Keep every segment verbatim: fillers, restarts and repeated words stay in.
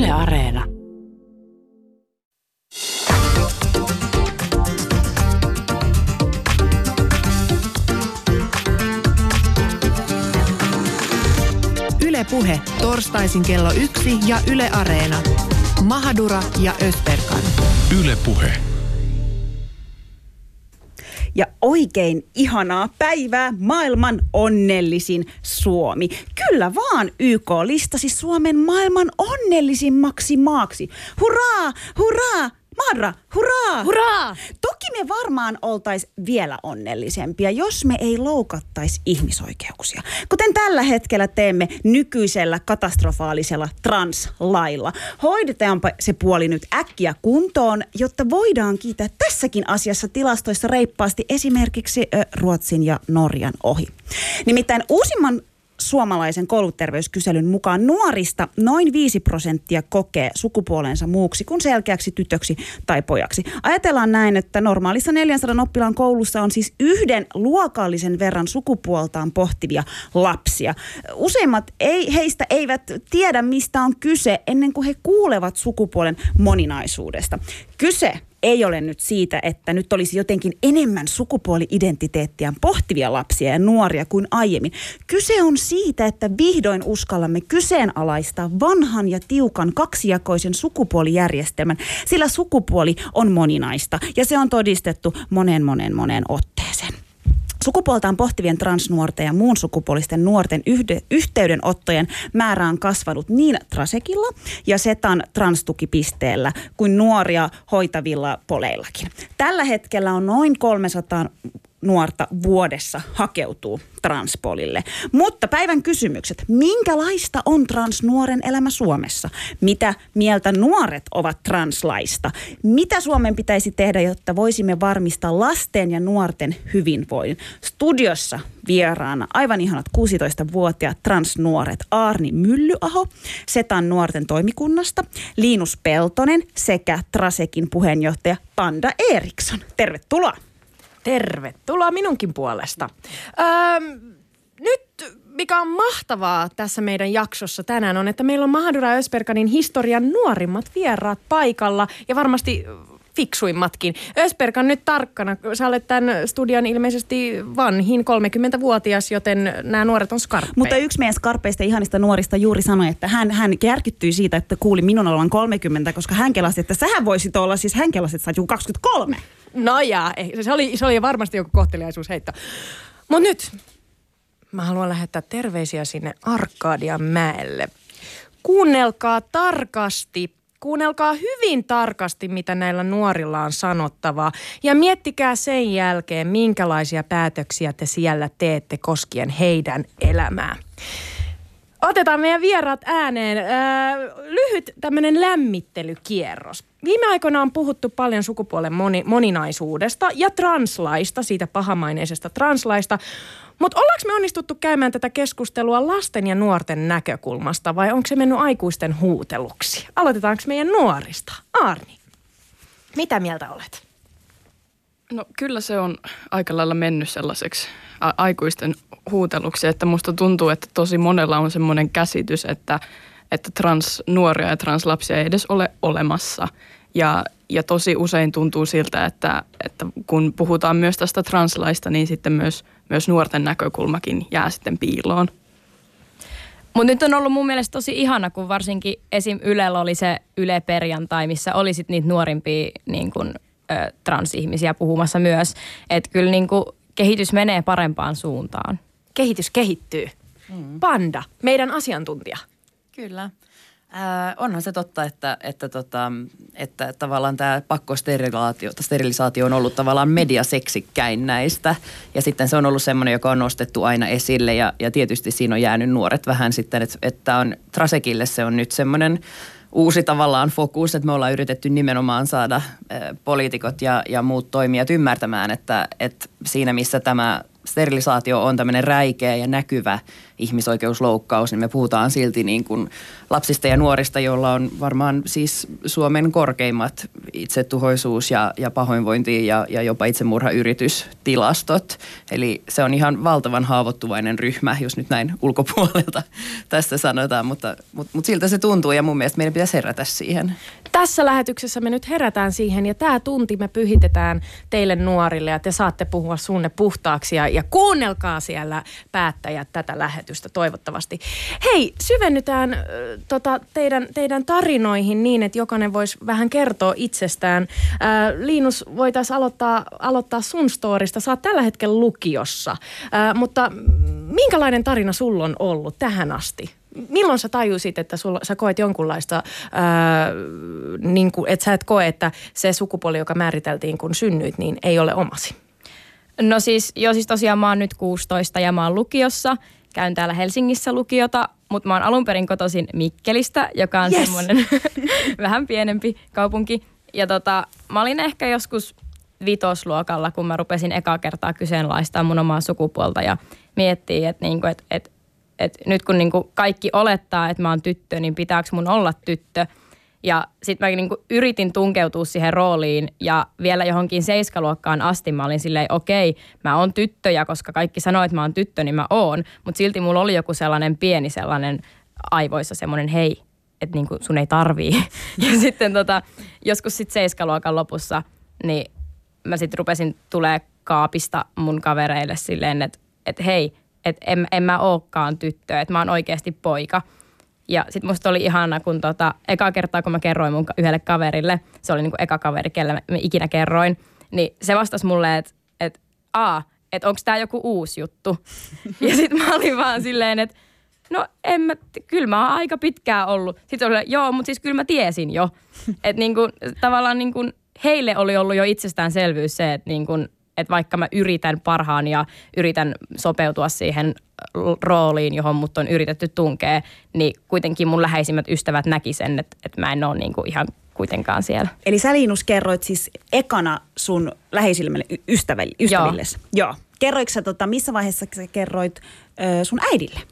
Yle Areena. Yle Puhe, torstaisin kello yksi ja Yle Areena. Mahadura ja Ösberkan. Yle Puhe. Ja oikein ihanaa päivää, maailman onnellisin Suomi. Kyllä vaan Y K listasi Suomen maailman onnellisimmaksi maaksi. Hurraa, hurraa! Marra, hurraa! Hurraa! Toki me varmaan oltais vielä onnellisempia, jos me ei loukattaisi ihmisoikeuksia. Kuten tällä hetkellä teemme nykyisellä katastrofaalisella translailla. Hoidetaanpa se puoli nyt äkkiä kuntoon, jotta voidaan kiittää tässäkin asiassa tilastoissa reippaasti esimerkiksi ö, Ruotsin ja Norjan ohi. Nimittäin uusimman suomalaisen kouluterveyskyselyn mukaan nuorista noin viisi prosenttia kokee sukupuolensa muuksi kuin selkeäksi tytöksi tai pojaksi. Ajatellaan näin, että normaalissa neljänsadan oppilaan koulussa on siis yhden luokallisen verran sukupuoltaan pohtivia lapsia. Useimmat ei, heistä eivät tiedä, mistä on kyse ennen kuin he kuulevat sukupuolen moninaisuudesta. Kyse ei ole nyt siitä, että nyt olisi jotenkin enemmän sukupuoli-identiteettiään pohtivia lapsia ja nuoria kuin aiemmin. Kyse on siitä, että vihdoin uskallamme kyseenalaistaa vanhan ja tiukan kaksijakoisen sukupuolijärjestelmän, sillä sukupuoli on moninaista ja se on todistettu monen monen monen otteeseen. Sukupuoltaan pohtivien transnuorten ja muun sukupuolisten nuorten yhde, yhteydenottojen määrä on kasvanut niin Trasekilla ja Setan transtukipisteellä kuin nuoria hoitavilla poleillakin. Tällä hetkellä on noin kolmesataa nuorta vuodessa hakeutuu transpolille. Mutta päivän kysymykset. Minkälaista on transnuoren elämä Suomessa? Mitä mieltä nuoret ovat translaista? Mitä Suomen pitäisi tehdä, jotta voisimme varmistaa lasten ja nuorten hyvinvoinnin? Studiossa vieraana aivan ihanat kuusitoistavuotiaat transnuoret Aarni Myllyaho Setan nuorten toimikunnasta, Linus Peltonen sekä Trasekin puheenjohtaja Panda Eriksson. Tervetuloa. Tervetuloa minunkin puolesta. Öö, nyt mikä on mahtavaa tässä meidän jaksossa tänään on, että meillä on Mahadura ja Ösberkanin historian nuorimmat vieraat paikalla ja varmasti fiksuimmatkin. Ösberkan nyt tarkkana, sä olet tämän studion ilmeisesti vanhin kolmekymmentävuotias, joten nämä nuoret on skarppeja. Mutta yksi meidän skarpeista ihanista nuorista juuri sanoi, että hän, hän järkyttyi siitä, että kuuli minun olevan kolmekymmentä, koska hän kelasi, että sähän voisit olla, siis hän kelasi, että sä oot kaksikymmentäkolme. No jaa, se oli, se oli varmasti joku kohteliaisuusheitto. Mutta nyt mä haluan lähettää terveisiä sinne Arkadian mäelle. Kuunnelkaa tarkasti, kuunnelkaa hyvin tarkasti, mitä näillä nuorilla on sanottavaa. Ja miettikää sen jälkeen, minkälaisia päätöksiä te siellä teette koskien heidän elämää. Otetaan meidän vieraat ääneen. Öö, lyhyt tämmöinen lämmittelykierros. Viime aikoina on puhuttu paljon sukupuolen moni, moninaisuudesta ja translaista, siitä pahamaineisesta translaista. Mutta ollaanko me onnistuttu käymään tätä keskustelua lasten ja nuorten näkökulmasta vai onko se mennyt aikuisten huuteluksi? Aloitetaanko meidän nuorista? Aarni, mitä mieltä olet? No kyllä se on aika lailla mennyt sellaiseksi a- aikuisten huuteluksi, että musta tuntuu, että tosi monella on semmoinen käsitys, että, että transnuoria ja translapsia ei edes ole olemassa. Ja, ja tosi usein tuntuu siltä, että, että kun puhutaan myös tästä translaista, niin sitten myös, myös nuorten näkökulmakin jää sitten piiloon. Mutta nyt on ollut mun mielestä tosi ihana, kun varsinkin esim. Ylellä oli se Yle Perjantai, missä oli sit niitä nuorimpia niin kun, ö, transihmisiä puhumassa myös. Että kyllä niin kun, kehitys menee parempaan suuntaan. Kehitys kehittyy. Mm. Panda, meidän asiantuntija. Kyllä. Äh, onhan se totta, että, että, tota, että tavallaan tämä pakkosterilisaatio sterilisaatio on ollut tavallaan mediaseksikkäin näistä. Ja sitten se on ollut semmoinen, joka on nostettu aina esille ja, ja tietysti siinä on jäänyt nuoret vähän sitten, että, että on Trasekille se on nyt semmoinen uusi tavallaan fokus, että me ollaan yritetty nimenomaan saada äh, poliitikot ja, ja muut toimijat ymmärtämään, että, että siinä missä tämä sterilisaatio on tämmöinen räikeä ja näkyvä ihmisoikeusloukkaus, niin me puhutaan silti niin kuin lapsista ja nuorista, joilla on varmaan siis Suomen korkeimmat itsetuhoisuus ja, ja pahoinvointi ja, ja jopa itsemurhayritystilastot. Eli se on ihan valtavan haavoittuvainen ryhmä, jos nyt näin ulkopuolelta tästä sanotaan, mutta, mutta, mutta siltä se tuntuu ja mun mielestä meidän pitäisi herätä siihen. Tässä lähetyksessä me nyt herätään siihen ja tämä tunti me pyhitetään teille nuorille ja te saatte puhua suunne puhtaaksi ja, ja kuunnelkaa siellä päättäjät tätä lähetystä toivottavasti. Hei, syvennytään äh, tota, teidän, teidän tarinoihin niin, että jokainen voisi vähän kertoa itsestään. Äh, Linus, voitaisiin aloittaa, aloittaa sun storista. Sä oot tällä hetkellä lukiossa, äh, mutta minkälainen tarina sulla on ollut tähän asti? Milloin sä tajusit, että sulla, sä koet jonkunlaista, ää, niin kuin, että sä et koe, että se sukupuoli, joka määriteltiin kun synnyit, niin ei ole omasi? No siis, joo siis tosiaan mä oon nyt kuusitoista ja mä oon lukiossa. Käyn täällä Helsingissä lukiota, mutta mä oon alun perin kotoisin Mikkelistä, joka on yes. semmoinen vähän pienempi kaupunki. Ja tota, mä olin ehkä joskus vitosluokalla, kun mä rupesin ekaa kertaa kyseenalaistaa mun omaa sukupuolta ja miettii, että niinku, et, et, et nyt kun niinku kaikki olettaa, että mä oon tyttö, niin pitääkö mun olla tyttö? Ja sit mä niinku yritin tunkeutua siihen rooliin ja vielä johonkin seiskaluokkaan asti mä olin silleen, okei, mä oon tyttö ja koska kaikki sanoo, että mä oon tyttö, niin mä oon. Mutta silti mulla oli joku sellainen pieni sellainen aivoissa semmoinen hei, että niinku sun ei tarvii. Ja sitten tota, joskus sit seiskaluokan lopussa, niin mä sit rupesin tulee kaapista mun kavereille silleen, että et hei, että en, en mä ookaan tyttö, että mä oon oikeasti poika. Ja sit musta oli ihana, kun tota, eka kertaa kun mä kerroin mun yhdelle kaverille, se oli niinku eka kaveri, kelle mä ikinä kerroin, niin se vastasi mulle, että et, a, että onko tää joku uusi juttu. Ja sit mä olin vaan silleen, että no en mä, kyllä mä oon aika pitkään ollut. Sitten oli, joo, mutta siis kyllä mä tiesin jo. Että niinku, tavallaan niinku, heille oli ollut jo itsestäänselvyys se, että niinku, että vaikka mä yritän parhaani ja yritän sopeutua siihen rooliin, johon mut on yritetty tunkea, niin kuitenkin mun läheisimmät ystävät näki sen, että, että mä en ole niinku ihan kuitenkaan siellä. Eli sä, Linus, kerroit siis ekana sun läheisimmille ystäville, ystävillesi. Joo. Joo. Kerroitko sä, tota, missä vaiheessa sä kerroit ö, sun äidille?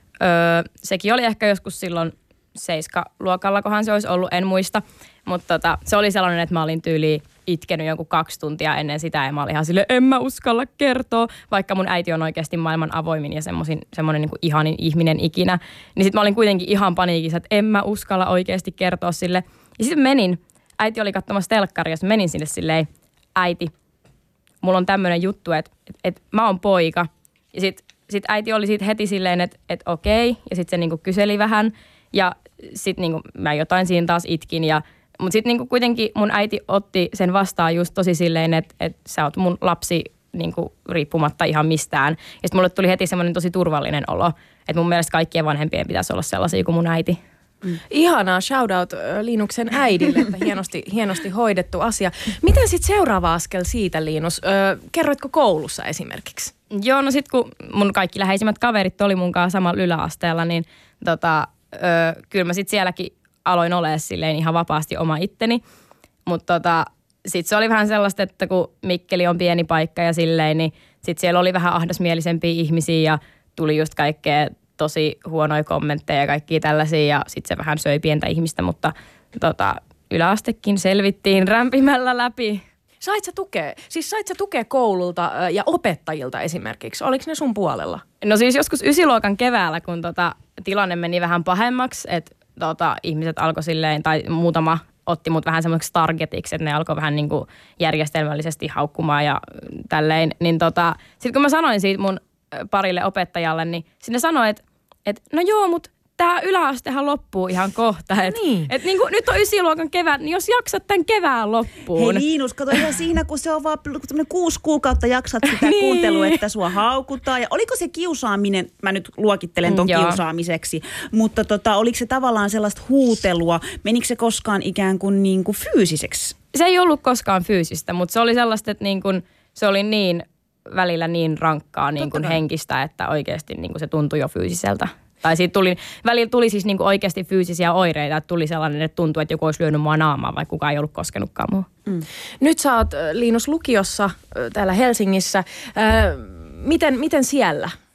Öö, sekin oli ehkä joskus silloin seiskaluokalla, kohan se olisi ollut, en muista. Mutta tota, se oli sellainen, että mä olin tyyliin itkenyt jonkun kaksi tuntia ennen sitä ja mä olin ihan silleen, en mä uskalla kertoa, vaikka mun äiti on oikeasti maailman avoimin ja semmoinen niin kuin ihanin ihminen ikinä. Niin sit mä olin kuitenkin ihan paniikissa, että en mä uskalla oikeasti kertoa sille. Ja sitten menin, äiti oli katsomassa telkkaria ja menin sinne silleen, äiti, mulla on tämmöinen juttu, että, että, että mä oon poika. Ja sit, sit äiti oli siitä heti silleen, että, että okei, ja sit se niinku kyseli vähän ja sit niinku mä jotain siinä taas itkin ja mutta sitten niinku kuitenkin mun äiti otti sen vastaan just tosi silleen, että et sä oot mun lapsi niinku riippumatta ihan mistään. Ja sitten mulle tuli heti semmoinen tosi turvallinen olo, että mun mielestä kaikkien vanhempien pitäisi olla sellaisia kuin mun äiti. Mm. Ihanaa, shout out Linuksen äidille, että hienosti, hienosti hoidettu asia. Miten sitten seuraava askel siitä, Linus? Öö, kerroitko koulussa esimerkiksi? Joo, no sitten kun mun kaikki läheisimmät kaverit oli mun kanssa samalla yläasteella, niin tota, öö, kyllä mä sitten sielläkin aloin olemaan silleen ihan vapaasti oma itteni. Mutta tota, sitten se oli vähän sellaista, että kun Mikkeli on pieni paikka ja silleen, niin sitten siellä oli vähän ahdasmielisempiä ihmisiä ja tuli just kaikkea tosi huonoja kommentteja ja kaikkia tällaisia ja sitten se vähän söi pientä ihmistä, mutta tota, yläastekin selvittiin rämpimällä läpi. Sait sä tukea? Siis sait sä tukea koululta ja opettajilta esimerkiksi? Oliko ne sun puolella? No siis joskus ysiluokan keväällä, kun tota, tilanne meni vähän pahemmaksi, että tota, ihmiset alkoi silleen, tai muutama otti mut vähän semmoiseksi targetiksi, että ne alkoi vähän niin kuin järjestelmällisesti haukkumaan ja tälleen. Niin tota, sitten kun mä sanoin siitä mun parille opettajalle, niin sinne sanoi, että et, no joo, mutta tämä yläastehan loppuu ihan kohta. Että niin. et, niin nyt on ysiluokan kevät, niin jos jaksat tämän kevään loppuun. Hei Linus, kato ihan siinä, kun se on vaan kuusi kuukautta jaksat sitä niin. kuuntelua, että sua haukutaan. Ja oliko se kiusaaminen, mä nyt luokittelen ton mm, kiusaamiseksi, mutta tota, oliko se tavallaan sellaista huutelua? Menikö se koskaan ikään kuin, niin kuin fyysiseksi? Se ei ollut koskaan fyysistä, mutta se oli sellaista, että niin kuin, se oli niin välillä niin rankkaa niin kuin henkistä, että oikeasti niin kuin se tuntui jo fyysiseltä. Tai siitä tuli, välillä tuli siis niin kuin oikeasti fyysisiä oireita, että tuli sellainen, että tuntui, että joku olisi lyönyt mua naamaan, vaikka kukaan ei ollut koskenutkaan mua. Mm. Nyt sä oot, Linus, lukiossa täällä Helsingissä. Äh, miten, miten siellä?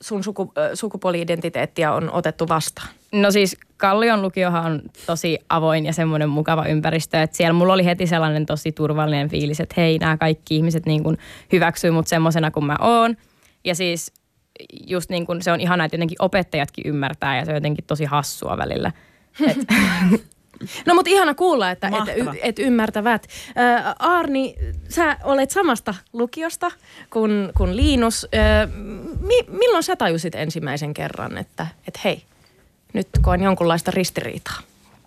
sun suku, sukupuoli-identiteettiä on otettu vastaan? No siis Kallion lukiohan on tosi avoin ja semmoinen mukava ympäristö, että siellä mulla oli heti sellainen tosi turvallinen fiilis, että hei, nämä kaikki ihmiset niin kuin hyväksyy mut semmoisena kuin mä oon. Ja siis just niin kuin se on ihanaa, että jotenkin opettajatkin ymmärtää ja se on jotenkin tosi hassua välillä. Et No mutta ihana kuulla, että et, et ymmärtävät. Ää, Aarni, sä olet samasta lukiosta kuin, kuin Liinus. Ää, mi, milloin sä tajusit ensimmäisen kerran, että et hei, nyt koen jonkunlaista ristiriitaa?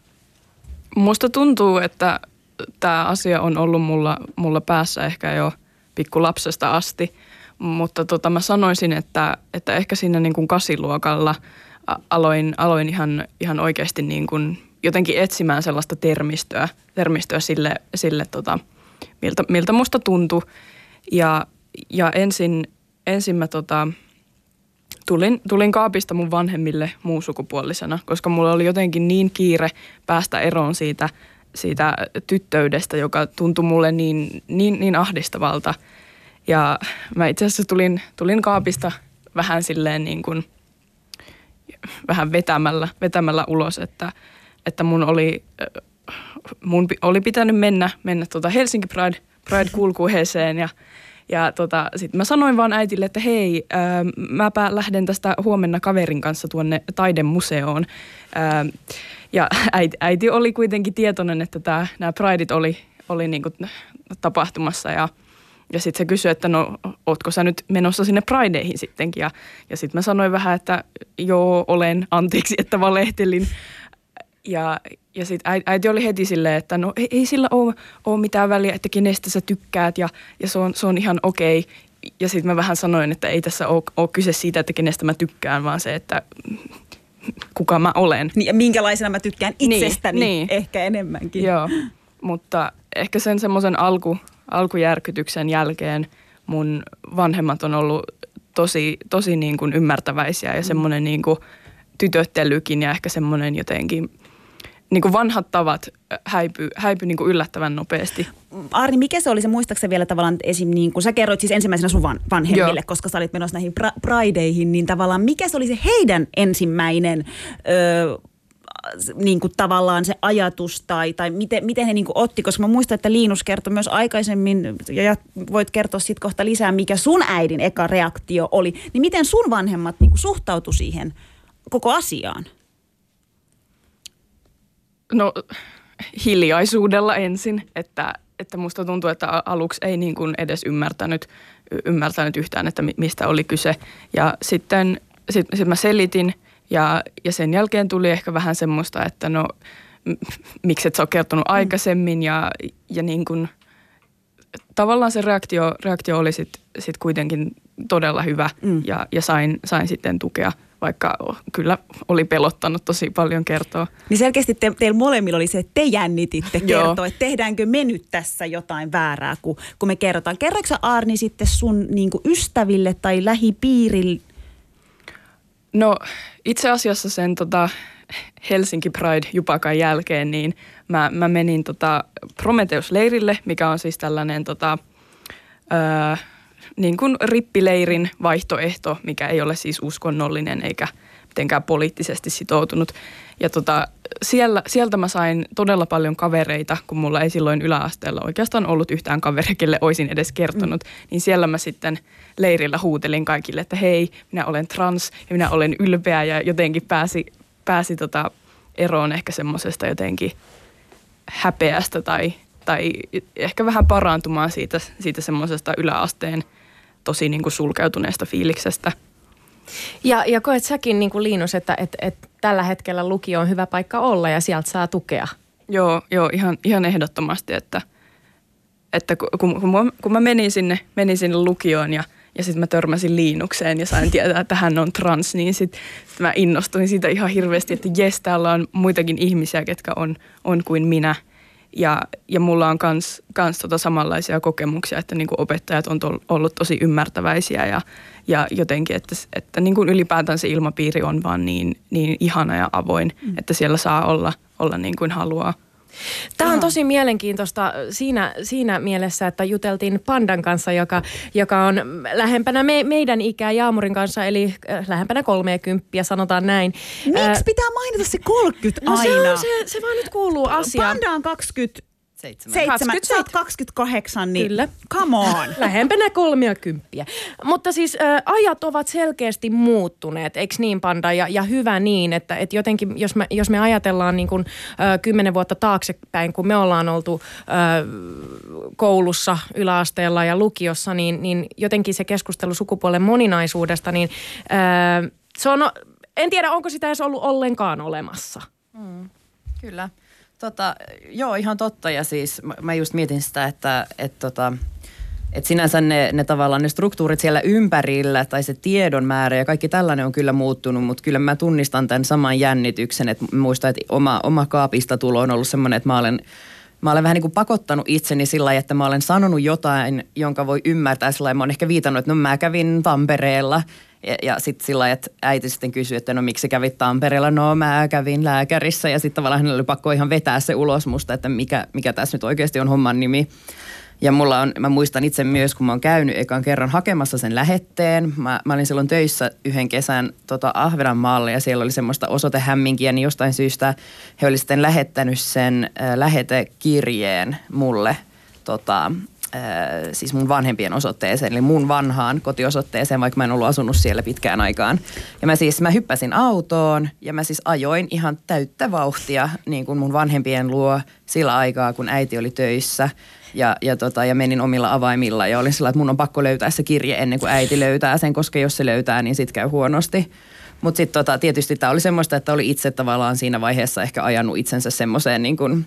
Musta tuntuu, että tämä asia on ollut mulla, mulla päässä ehkä jo pikkulapsesta asti, mutta tota, mä sanoisin, että, että ehkä siinä niin kuin kasiluokalla aloin, aloin ihan, ihan oikeasti niin kuin jotenkin etsimään sellaista termistöä, termistöä sille, sille tota, miltä, miltä musta tuntui. Ja, ja ensin, ensin mä tota, tulin, tulin kaapista mun vanhemmille muunsukupuolisena, koska mulla oli jotenkin niin kiire päästä eroon siitä, siitä tyttöydestä, joka tuntui mulle niin, niin, niin ahdistavalta. Ja mä itse asiassa tulin, tulin kaapista vähän silleen niin kuin, vähän vetämällä, vetämällä ulos, että että mun oli, mun oli pitänyt mennä, mennä tuota Helsinki Pride, Pride-kulkueeseen ja, ja tota, sitten mä sanoin vaan äitille, että hei, ää, mäpä lähden tästä huomenna kaverin kanssa tuonne taidemuseoon. Ää, ja äiti, äiti oli kuitenkin tietoinen, että tää, nämä Prideit oli, oli niinku tapahtumassa ja Ja sitten se kysyi, että no, ootko sä nyt menossa sinne Prideihin sittenkin? Ja, ja sitten mä sanoin vähän, että joo, olen, anteeksi, että valehtelin. Ja, ja sitten äiti oli heti silleen, että no ei, ei sillä ole, ole mitään väliä, että kenestä sä tykkäät ja, ja se, on, se on ihan okei. Ja sitten mä vähän sanoin, että ei tässä ole, ole kyse siitä, että kenestä mä tykkään, vaan se, että kuka mä olen. Niin, ja minkälaisena mä tykkään itsestäni niin, niin. ehkä enemmänkin. Joo, mutta ehkä sen semmoisen alku, alkujärkytyksen jälkeen mun vanhemmat on ollut tosi, tosi niin kuin ymmärtäväisiä ja semmoinen niin kuin tytöttelykin ja ehkä semmoinen jotenkin niin kuin vanhat tavat häipy, häipy niin kuin yllättävän nopeasti. Aarni, mikä se oli se, muistaakseni vielä tavallaan esim. Niin kun sä kerroit siis ensimmäisenä sun van, vanhemmille, Joo. koska sä olit menossa näihin pra- prideihin, niin tavallaan mikä se oli se heidän ensimmäinen öö, niin kuin tavallaan se ajatus tai, tai miten, miten he niin kuin otti, koska mä muistan, että Liinus kertoi myös aikaisemmin, ja voit kertoa sitten kohta lisää, mikä sun äidin eka reaktio oli, niin miten sun vanhemmat niin kuin suhtautui siihen koko asiaan? No hiljaisuudella ensin, että, että musta tuntuu, että aluksi ei niin kuin edes ymmärtänyt, ymmärtänyt yhtään, että mistä oli kyse. Ja sitten sit, sit mä selitin ja, ja sen jälkeen tuli ehkä vähän semmoista, että no miksi et sä ole kertonut aikaisemmin ja, ja niin kuin tavallaan se reaktio, reaktio oli sitten sit kuitenkin todella hyvä mm. ja, ja sain, sain sitten tukea. Vaikka kyllä oli pelottanut tosi paljon kertoa. Niin selkeästi te, teillä molemmilla oli se, että te jännititte kertoa, että tehdäänkö me nyt tässä jotain väärää, kun, kun me kerrotaan. Kerroitko sä, Aarni, sitten sun niin kuin ystäville tai lähipiirille? No itse asiassa sen tota, Helsinki Pride-jupakan jälkeen, niin mä, mä menin tota Prometheus-leirille, mikä on siis tällainen tota, öö, niin kuin rippileirin vaihtoehto, mikä ei ole siis uskonnollinen eikä mitenkään poliittisesti sitoutunut. Ja tota, siellä, sieltä mä sain todella paljon kavereita, kun mulla ei silloin yläasteella oikeastaan ollut yhtään kaveria, kelle olisin edes kertonut. Mm. Niin siellä mä sitten leirillä huutelin kaikille, että hei, minä olen trans ja minä olen ylpeä ja jotenkin pääsi, pääsi tota eroon ehkä semmoisesta jotenkin häpeästä tai, tai ehkä vähän parantumaan siitä, siitä semmoisesta yläasteen tosi niin kuin sulkeutuneesta fiiliksestä. Ja, ja koet säkin niin kuin Liinus, että et, et tällä hetkellä lukio on hyvä paikka olla ja sieltä saa tukea? Joo, joo ihan, ihan ehdottomasti, että, että kun, kun, mä, kun mä menin sinne, menin sinne lukioon ja, ja sitten mä törmäsin Liinukseen ja sain tietää, että hän on trans, niin sitten sit mä innostuin siitä ihan hirveästi, että jes, täällä on muitakin ihmisiä, ketkä on, on kuin minä. Ja, ja mulla on kans, kans tota samanlaisia kokemuksia, että niinku opettajat on tol, ollut tosi ymmärtäväisiä ja, ja jotenkin, että, että niinku ylipäätään se ilmapiiri on vaan niin, niin ihana ja avoin, mm. että siellä saa olla, olla niin kuin haluaa. Tämä on tosi mielenkiintoista siinä, siinä mielessä, että juteltiin Pandan kanssa, joka, joka on lähempänä me, meidän ikää Jaamurin kanssa, eli lähempänä kolmeakymppiä, sanotaan näin. Miksi pitää mainita se kolmekymmentä no aina? Se, on, se, se vaan nyt kuuluu asiaan. Panda on kaksikymmentä. Seitsemän. Seitsemän. Sä oot kaksikymmentäkahdeksan, niin Kyllä. Come on. Lähempänä kolmeakymppiä. Mutta siis ä, ajat ovat selkeästi muuttuneet, eikö niin Panda? Ja, ja hyvä niin, että et jotenkin jos me, jos me ajatellaan niin kun, ä, kymmenen vuotta taaksepäin, kun me ollaan oltu ä, koulussa, yläasteella ja lukiossa, niin, niin jotenkin se keskustelu sukupuolen moninaisuudesta, niin ä, se on, en tiedä onko sitä edes ollut ollenkaan olemassa. Mm, kyllä. Tota, joo, ihan totta. Ja siis mä, mä just mietin sitä, että et tota, et sinänsä ne, ne tavallaan ne struktuurit siellä ympärillä tai se tiedon määrä ja kaikki tällainen on kyllä muuttunut, mutta kyllä mä tunnistan tämän saman jännityksen, että muistan, että oma, oma kaapista tulo on ollut semmoinen, että mä olen, mä olen vähän niin kuin pakottanut itseni sillä lailla, että mä olen sanonut jotain, jonka voi ymmärtää sillä lailla. Mä oon ehkä viitannut, että no mä kävin Tampereella. Ja, ja sitten sillä lailla, että äiti sitten kysyi, että no miksi kävit Tampereella? No mä kävin lääkärissä ja sitten tavallaan hänellä oli pakko ihan vetää se ulos musta, että mikä, mikä tässä nyt oikeasti on homman nimi. Ja mulla on, mä muistan itse myös, kun mä oon käynyt ekan kerran hakemassa sen lähetteen. Mä, mä olin silloin töissä yhden kesän tota Ahvenanmaalla ja siellä oli semmoista osoitehämminkiä, niin jostain syystä he oli sitten lähettänyt sen äh, lähetekirjeen mulle tota, Äh, siis mun vanhempien osoitteeseen, eli mun vanhaan kotiosoitteeseen, vaikka mä en ollut asunut siellä pitkään aikaan. Ja mä siis, mä hyppäsin autoon ja mä siis ajoin ihan täyttä vauhtia niin kuin mun vanhempien luo sillä aikaa, kun äiti oli töissä. Ja, ja, tota, ja menin omilla avaimilla ja olin sillä, että mun on pakko löytää se kirje ennen kuin äiti löytää sen, koska jos se löytää, niin sit käy huonosti. Mutta sitten tota, tietysti tämä oli semmoista, että oli itse tavallaan siinä vaiheessa ehkä ajanut itsensä semmoiseen niin kuin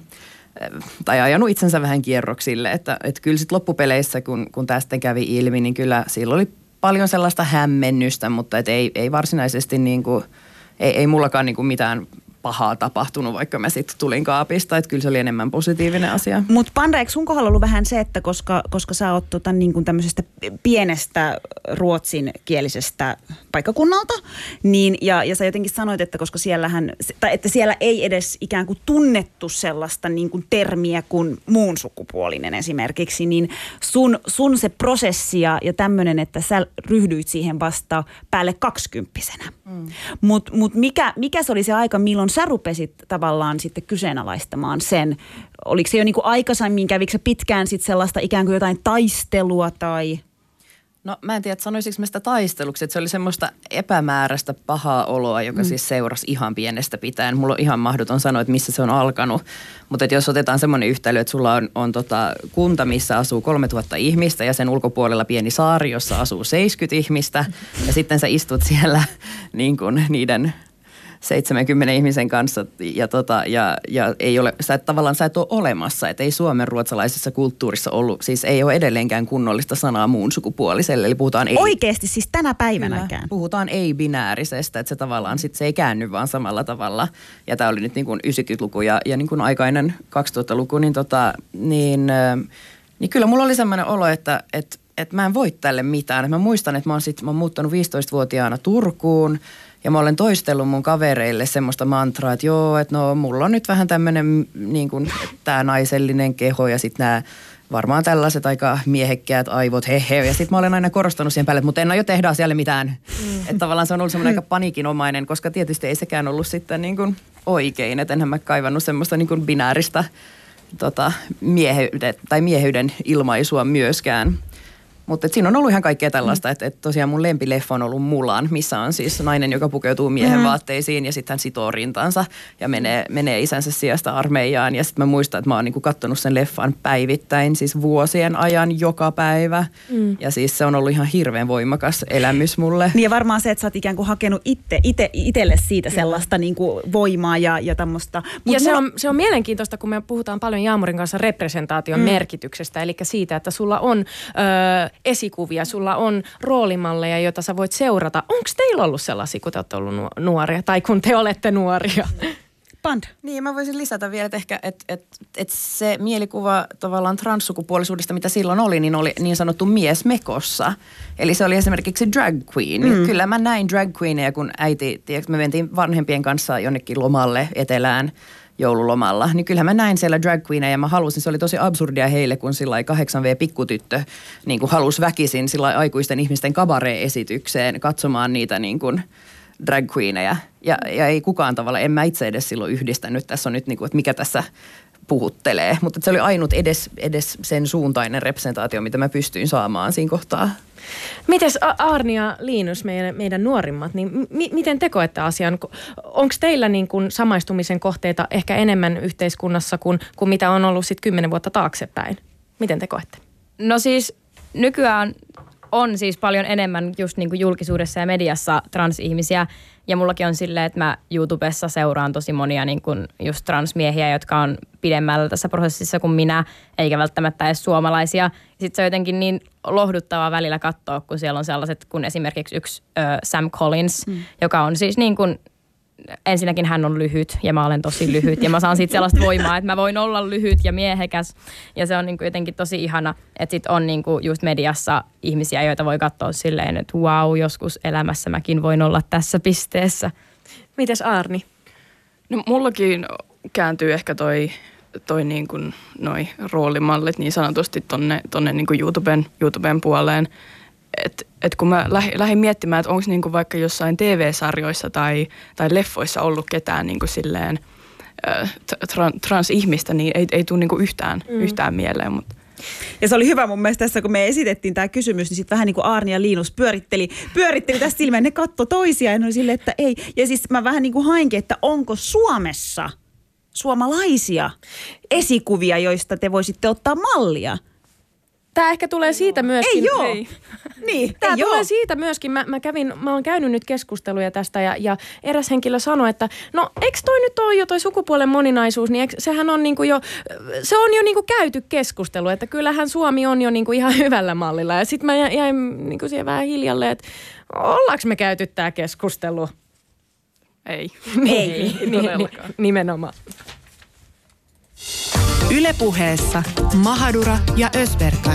tai ajanut itsensä vähän kierroksille, että, että kyllä sitten loppupeleissä, kun, kun tästä kävi ilmi, niin kyllä silloin oli paljon sellaista hämmennystä, mutta et ei, ei varsinaisesti niin kuin, ei, ei mullakaan niin kuin mitään pahaa tapahtunut, vaikka mä sitten tulin kaapista, että kyllä se oli enemmän positiivinen asia. Mutta Panda, eikö sun kohdalla ollut vähän se, että koska, koska sä oot tota, niin kuin tämmöisestä pienestä ruotsinkielisestä paikkakunnalta, niin, ja, ja sä jotenkin sanoit, että koska siellähän, tai että siellä ei edes ikään kuin tunnettu sellaista niin kuin termiä kuin muun sukupuolinen esimerkiksi, niin sun, sun se prosessi ja, ja tämmöinen, että sä ryhdyit siihen vasta päälle kaksikymppisenä. Mm. Mutta mut mikä, mikä se oli se aika, milloin sä rupesit tavallaan sitten kyseenalaistamaan sen? Oliko se jo niin kuin aikaisemmin, kävikö sä pitkään sitten sellaista ikään kuin jotain taistelua tai... No mä en tiedä, että sanoisinko mä sitä taisteluksi, että se oli semmoista epämääräistä pahaa oloa, joka mm. siis seurasi ihan pienestä pitäen. Mulla on ihan mahdoton sanoa, että missä se on alkanut, mutta jos otetaan semmoinen yhtälö, että sulla on, on tota kunta, missä asuu kolmetuhatta ihmistä ja sen ulkopuolella pieni saari, jossa asuu seitsemänkymmentä ihmistä ja sitten sä istut siellä niin kuin niiden seitsemänkymmenen ihmisen kanssa ja, tota, ja, ja ei ole, sä et, tavallaan sä et ole olemassa, että ei suomen ruotsalaisessa kulttuurissa ollut, siis ei ole edelleenkään kunnollista sanaa muun sukupuoliselle, eli puhutaan ei. Oikeasti siis tänä päivänäkään? Puhutaan ei-binäärisestä, että se tavallaan sit se ei käänny vaan samalla tavalla, ja tämä oli nyt niin kuin yhdeksänkymmentäluku ja, ja niin kuin aikainen kaksituhattaluku, niin, tota, niin, niin kyllä mulla oli semmoinen olo, että et, et mä en voi tälle mitään. Mä muistan, että mä oon, sit, mä oon muuttanut viisitoistavuotiaana Turkuun, ja mä olen toistellut mun kavereille semmoista mantraa, että joo, että no mulla on nyt vähän tämmöinen niin kuin tää naisellinen keho ja sitten nämä varmaan tällaiset aika miehekkäät aivot, hehe. Ja sitten mä olen aina korostanut siihen päälle, että mutta en aio tehdä asialle mitään. Mm. Että tavallaan se on ollut semmoinen aika paniikinomainen, koska tietysti ei sekään ollut sitten niin kuin oikein. Että enhän mä kaivannut semmoista niin kuin binääristä tota, mieheyden, tai mieheyden ilmaisua myöskään. Mutta siinä on ollut ihan kaikkea tällaista, että et tosiaan mun lempileffa on ollut Mulan, missä on siis nainen, joka pukeutuu miehen mm. vaatteisiin ja sitten hän sitoo rintansa ja menee, menee isänsä sijasta armeijaan. Ja sitten mä muistan, että mä oon niinku kattonut sen leffan päivittäin, siis vuosien ajan joka päivä. Mm. Ja siis se on ollut ihan hirveän voimakas elämys mulle. Niin ja varmaan se, että sä oot ikään kuin hakenut itse, ite, itselle siitä sellaista niinku voimaa ja, ja tämmöistä. Ja se, mulla... on, se on mielenkiintoista, kun me puhutaan paljon Jaamurin kanssa representaation mm. merkityksestä, eli siitä, että sulla on... Öö, esikuvia, sulla on roolimalleja, joita sä voit seurata. Onko teillä ollut sellaisia, kun te olette ollut nuoria tai kun te olette nuoria? Pand. Niin, mä voisin lisätä vielä, että ehkä että et, et se mielikuva tavallaan transsukupuolisuudesta, mitä silloin oli, niin oli niin sanottu mies mekossa. Eli se oli esimerkiksi drag queen. Mm. Kyllä mä näin drag queeneja, kun äiti, tiedätkö, me mentiin vanhempien kanssa jonnekin lomalle etelään joululomalla. Niin kyllähän mä näin siellä drag queeneja ja mä halusin, se oli tosi absurdia heille, kun sillä kahdeksan vuotias-pikkutyttö niin kuin halusi väkisin sillä aikuisten ihmisten kabaree-esitykseen katsomaan niitä niin kuin drag queeneja. Ja, ja ei kukaan tavalla, en mä itse edes silloin yhdistänyt. Tässä on nyt niin kuin, että mikä tässä puhuttelee. Mutta se oli ainut edes, edes sen suuntainen representaatio, mitä mä pystyin saamaan siinä kohtaa. Mites Aarni ja Linus, meidän, meidän nuorimmat, niin mi- miten te koette asian? Onko teillä niin kuin samaistumisen kohteita ehkä enemmän yhteiskunnassa kuin, kuin mitä on ollut sitten kymmenen vuotta taaksepäin? Miten te koette? No siis nykyään on siis paljon enemmän just niin kuin julkisuudessa ja mediassa transihmisiä. Ja mullakin on silleen, että mä YouTubessa seuraan tosi monia niin kuin just transmiehiä, jotka on pidemmällä tässä prosessissa kuin minä, eikä välttämättä edes suomalaisia. Sitten se on jotenkin niin lohduttavaa välillä katsoa, kun siellä on sellaiset, kun esimerkiksi yksi ö, Sam Collins, mm. joka on siis niin kuin, ensinnäkin hän on lyhyt ja mä olen tosi lyhyt ja mä saan siitä sellaista voimaa, että mä voin olla lyhyt ja miehekäs. Ja se on niin kuin jotenkin tosi ihana, että sit on niin kuin just mediassa ihmisiä, joita voi katsoa silleen, että wow, joskus elämässä mäkin voin olla tässä pisteessä. Mites Aarni? No mullakin kääntyy ehkä toi, toi niin kuin noi roolimallit niin sanotusti tonne, tonne niin kuin YouTuben, YouTuben puoleen. Että et kun mä lähdin, lähdin miettimään, että onko niinku vaikka jossain T V-sarjoissa tai, tai leffoissa ollut ketään niinku silleen äh, tra, transihmistä, niin ei, ei tule niinku yhtään, mm. yhtään mieleen. Mutta. Ja se oli hyvä mun mielestä tässä, kun me esitettiin tämä kysymys, niin sitten vähän niin kuin Aarni ja Linus pyöritteli, pyöritteli tästä silmään, ne katsoi toisiaan ja ne oli silleen, että ei. Ja siis mä vähän niin kuin hainkin, että onko Suomessa suomalaisia esikuvia, joista te voisitte ottaa mallia? Tämä ehkä tulee siitä myöskin. Ei joo. Ei. Niin, Tämä ei tulee joo. siitä myöskin. Mä, mä, kävin, mä oon käynyt nyt keskusteluja tästä ja, ja eräs henkilö sanoi, että no eikö toi nyt ole jo toi sukupuolen moninaisuus, niin eikö, sehän on niinku jo, se on jo niinku käyty keskustelu, että kyllähän Suomi on jo niinku ihan hyvällä mallilla. Ja sitten mä jäin niinku siihen vähän hiljalle, että ollaanko me käyty tämä keskustelu? Ei. Ei, ei todellakaan. Nimenomaan. Yle Puheessa Mahadura ja Özberkan.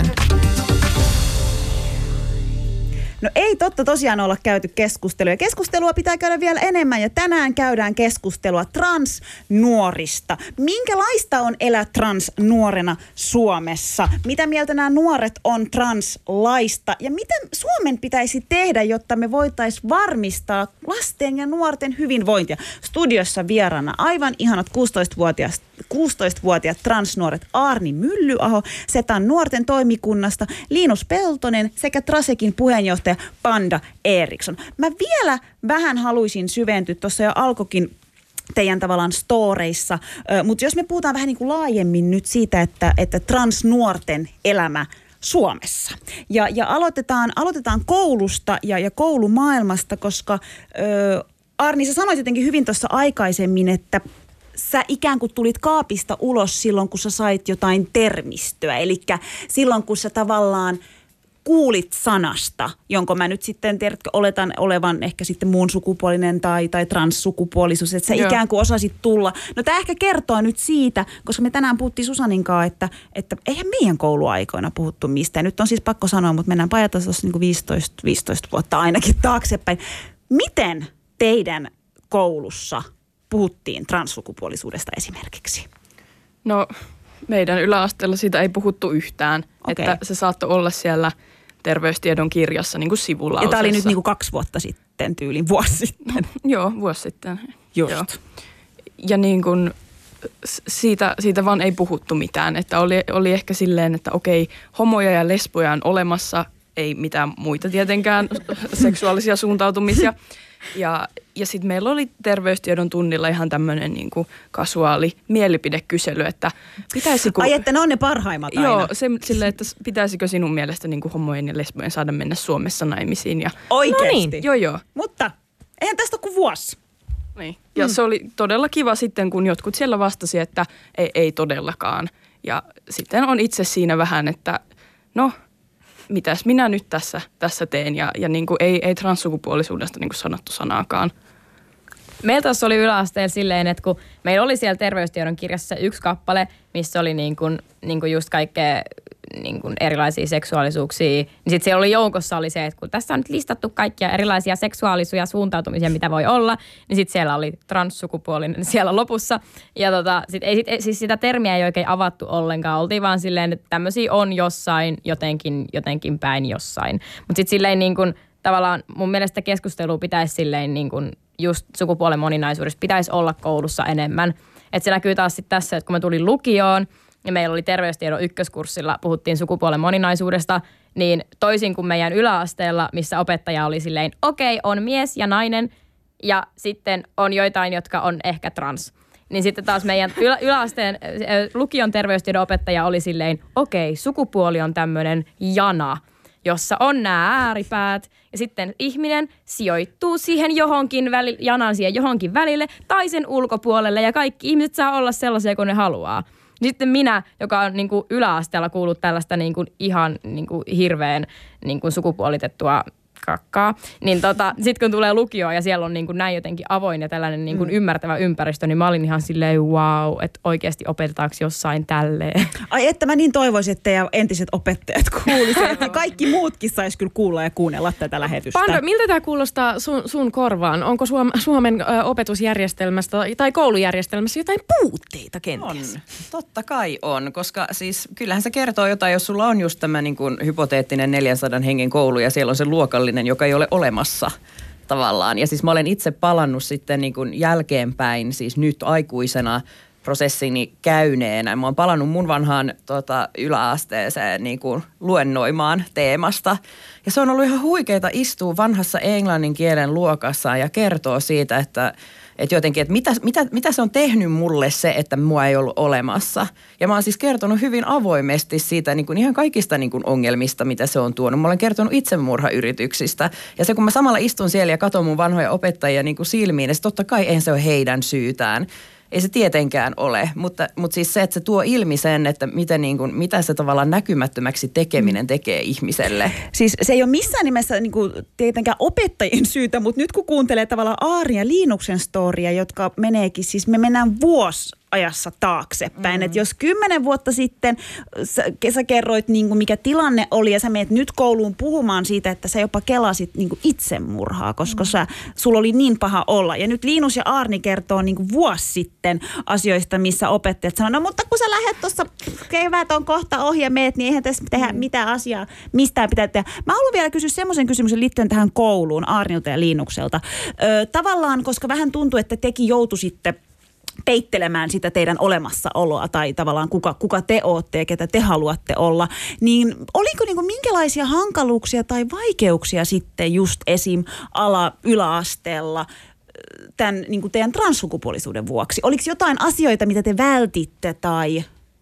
No ei totta tosiaan olla käyty keskustelua. Keskustelua pitää käydä vielä enemmän ja tänään käydään keskustelua transnuorista. Minkälaista on elää transnuorena Suomessa? Mitä mieltä nämä nuoret on translaista? Ja mitä Suomen pitäisi tehdä, jotta me voitaisiin varmistaa lasten ja nuorten hyvinvointia? Studiossa vieraana aivan ihanat kuusitoistavuotiaat, kuusitoistavuotiaat transnuoret Aarni Myllyaho Setan nuorten toimikunnasta, Linus Peltonen sekä Trasekin puheenjohtaja Panda Eriksson. Mä vielä vähän haluaisin syventyä, tuossa jo alkoikin teidän tavallaan storeissa, mutta jos me puhutaan vähän niin kuin laajemmin nyt siitä, että, että transnuorten elämä Suomessa. Ja, ja aloitetaan, aloitetaan koulusta ja, ja koulumaailmasta, koska ö, Aarni, sä sanoit jotenkin hyvin tuossa aikaisemmin, että sä ikään kuin tulit kaapista ulos silloin, kun sä sait jotain termistöä. Eli silloin, kun sä tavallaan kuulit sanasta, jonka mä nyt sitten tiedätkö, oletan olevan ehkä sitten muun sukupuolinen tai, tai transsukupuolisuus, että sä Joo. ikään kuin osasit tulla. No tämä ehkä kertoo nyt siitä, koska me tänään puhuttiin Susanin kanssa, että, että eihän meidän kouluaikoina puhuttu mistään. Nyt on siis pakko sanoa, mutta mennään pajatasossa niin viisitoista, viisitoista vuotta ainakin taaksepäin. Miten teidän koulussa puhuttiin transsukupuolisuudesta esimerkiksi? No meidän yläasteella siitä ei puhuttu yhtään, okay. Että se saattoi olla siellä terveystiedon kirjassa niin kuin sivulauseessa. Ja tämä oli nyt niin kuin kaksi vuotta sitten, tyylin vuosi sitten. No, joo, vuosi sitten. Just. Joo. Ja niin kuin siitä, siitä vaan ei puhuttu mitään, että oli, oli ehkä silleen, että okei, homoja ja lesboja on olemassa, ei mitään muita tietenkään seksuaalisia suuntautumisia. Ja, ja sitten meillä oli terveystiedon tunnilla ihan tämmöinen niin kuin kasuaali mielipidekysely, että pitäisikö... Ai, että ne on ne parhaimmat aina. Joo, se, silleen, että pitäisikö sinun mielestä niin kuin homojen ja lesbojen saada mennä Suomessa naimisiin. Ja, oikeesti? No niin, joo joo. Mutta eihän tästä ole kuin vuosi. Niin. Ja mm. se oli todella kiva sitten, kun jotkut siellä vastasi, että ei, ei todellakaan. Ja sitten on itse siinä vähän, että no... mitäs minä nyt tässä, tässä teen ja, ja niin kuin ei, ei transsukupuolisuudesta niin kuin sanottu sanaakaan. Meillä tuossa oli yläasteella silleen, että kun meillä oli siellä terveystiedon kirjassa yksi kappale, missä oli niin kuin, niin kuin just kaikkea niin kuin erilaisia seksuaalisuuksia, niin sitten siellä oli joukossa oli se, että kun tässä on nyt listattu kaikkia erilaisia seksuaalisuja suuntautumisia, mitä voi olla, niin sitten siellä oli transsukupuolinen siellä lopussa. Ja tota, sit ei, sit, siis sitä termiä ei oikein avattu ollenkaan. Oltiin vaan silleen, että tämmöisiä on jossain, jotenkin, jotenkin päin jossain. Mutta sitten silleen niin kuin tavallaan mun mielestä keskustelua pitäisi silleen niin kuin just sukupuolen moninaisuudesta pitäisi olla koulussa enemmän. Että se näkyy taas sitten tässä, että kun mä tulin lukioon ja meillä oli terveystiedon ykköskurssilla, puhuttiin sukupuolen moninaisuudesta, niin toisin kuin meidän yläasteella, missä opettaja oli silleen, okei, okay, on mies ja nainen ja sitten on joitain, jotka on ehkä trans. Niin sitten taas meidän ylä- yläasteen äh, lukion terveystiedon opettaja oli silleen, okei, okay, sukupuoli on tämmöinen jana, jossa on nämä ääripäät ja sitten ihminen sijoittuu siihen johonkin väli, janan siihen johonkin välille tai sen ulkopuolelle ja kaikki ihmiset saa olla sellaisia kuin ne haluaa. Sitten minä, joka on niin kuin yläasteella kuullut tällaista niin kuin ihan niin kuin hirveän niin kuin sukupuolitettua kakkaa, niin tota, sitten kun tulee lukioon ja siellä on niin kuin näin jotenkin avoin ja tällainen niin kuin mm. ymmärtävä ympäristö, niin mä olin ihan silleen wow, että oikeasti opetetaanko jossain tälleen. Ai että mä niin toivoisin, että teidän entiset opettajat kuulisivat, että kaikki muutkin sais kyllä kuulla ja kuunnella tätä lähetystä. Pando, miltä tämä kuulostaa sun, sun korvaan? Onko Suom, Suomen ö, opetusjärjestelmästä tai koulujärjestelmässä jotain puutteita kenties? On, totta kai on, koska siis kyllähän se kertoo jotain, jos sulla on just tämä niin kuin hypoteettinen neljänsadan hengen koulu ja siellä on se luokallinen, joka ei ole olemassa tavallaan. Ja siis mä olen itse palannut sitten niin kuin jälkeenpäin, siis nyt aikuisena prosessini käyneenä. Mä oon palannut mun vanhaan tota, yläasteeseen niin kuin luennoimaan teemasta. Ja se on ollut ihan huikeeta istua vanhassa englannin kielen luokassa ja kertoo siitä, että Että jotenkin, että mitä, mitä, mitä se on tehnyt mulle se, että mua ei ollut olemassa. Ja mä oon siis kertonut hyvin avoimesti siitä niin kuin ihan kaikista niin kuin ongelmista, mitä se on tuonut. Mä olen kertonut itsemurhayrityksistä. Ja se, kun mä samalla istun siellä ja katson mun vanhoja opettajia niin kuin silmiin, niin totta kai eihän se ole heidän syytään. Ei se tietenkään ole, mutta, mutta siis se, että se tuo ilmi sen, että miten niin kuin, mitä se tavallaan näkymättömäksi tekeminen tekee ihmiselle. Siis se ei ole missään nimessä niin kuin, tietenkään opettajien syytä, mutta nyt kun kuuntelee tavallaan Aarin ja Linuksen storia, jotka meneekin, siis me mennään vuosi ajassa taaksepäin. Mm. Että jos kymmenen vuotta sitten sä, sä kerroit, niin kuin mikä tilanne oli ja sä meet nyt kouluun puhumaan siitä, että sä jopa kelasit niin kuin itsemurhaa, koska mm. sä, sulla oli niin paha olla. Ja nyt Linus ja Aarni kertoo niin kuin vuosi sitten asioista, missä opettajat sanoo, no mutta kun sä lähdet tuossa, kevät on kohta ohi ja meet, niin eihän tässä tehdä mm. mitään asiaa, mistään pitää tehdä. Mä haluan vielä kysyä semmoisen kysymyksen liittyen tähän kouluun Aarnilta ja Linukselta. Ö, tavallaan, koska vähän tuntuu, että tekin joutuisitte peittelemään sitä teidän olemassaoloa tai tavallaan kuka, kuka te ootte ja ketä te haluatte olla, niin oliko niinku minkälaisia hankaluuksia tai vaikeuksia sitten just esim. ala yläasteella tämän niinku teidän transsukupuolisuuden vuoksi? Oliko jotain asioita, mitä te vältitte tai?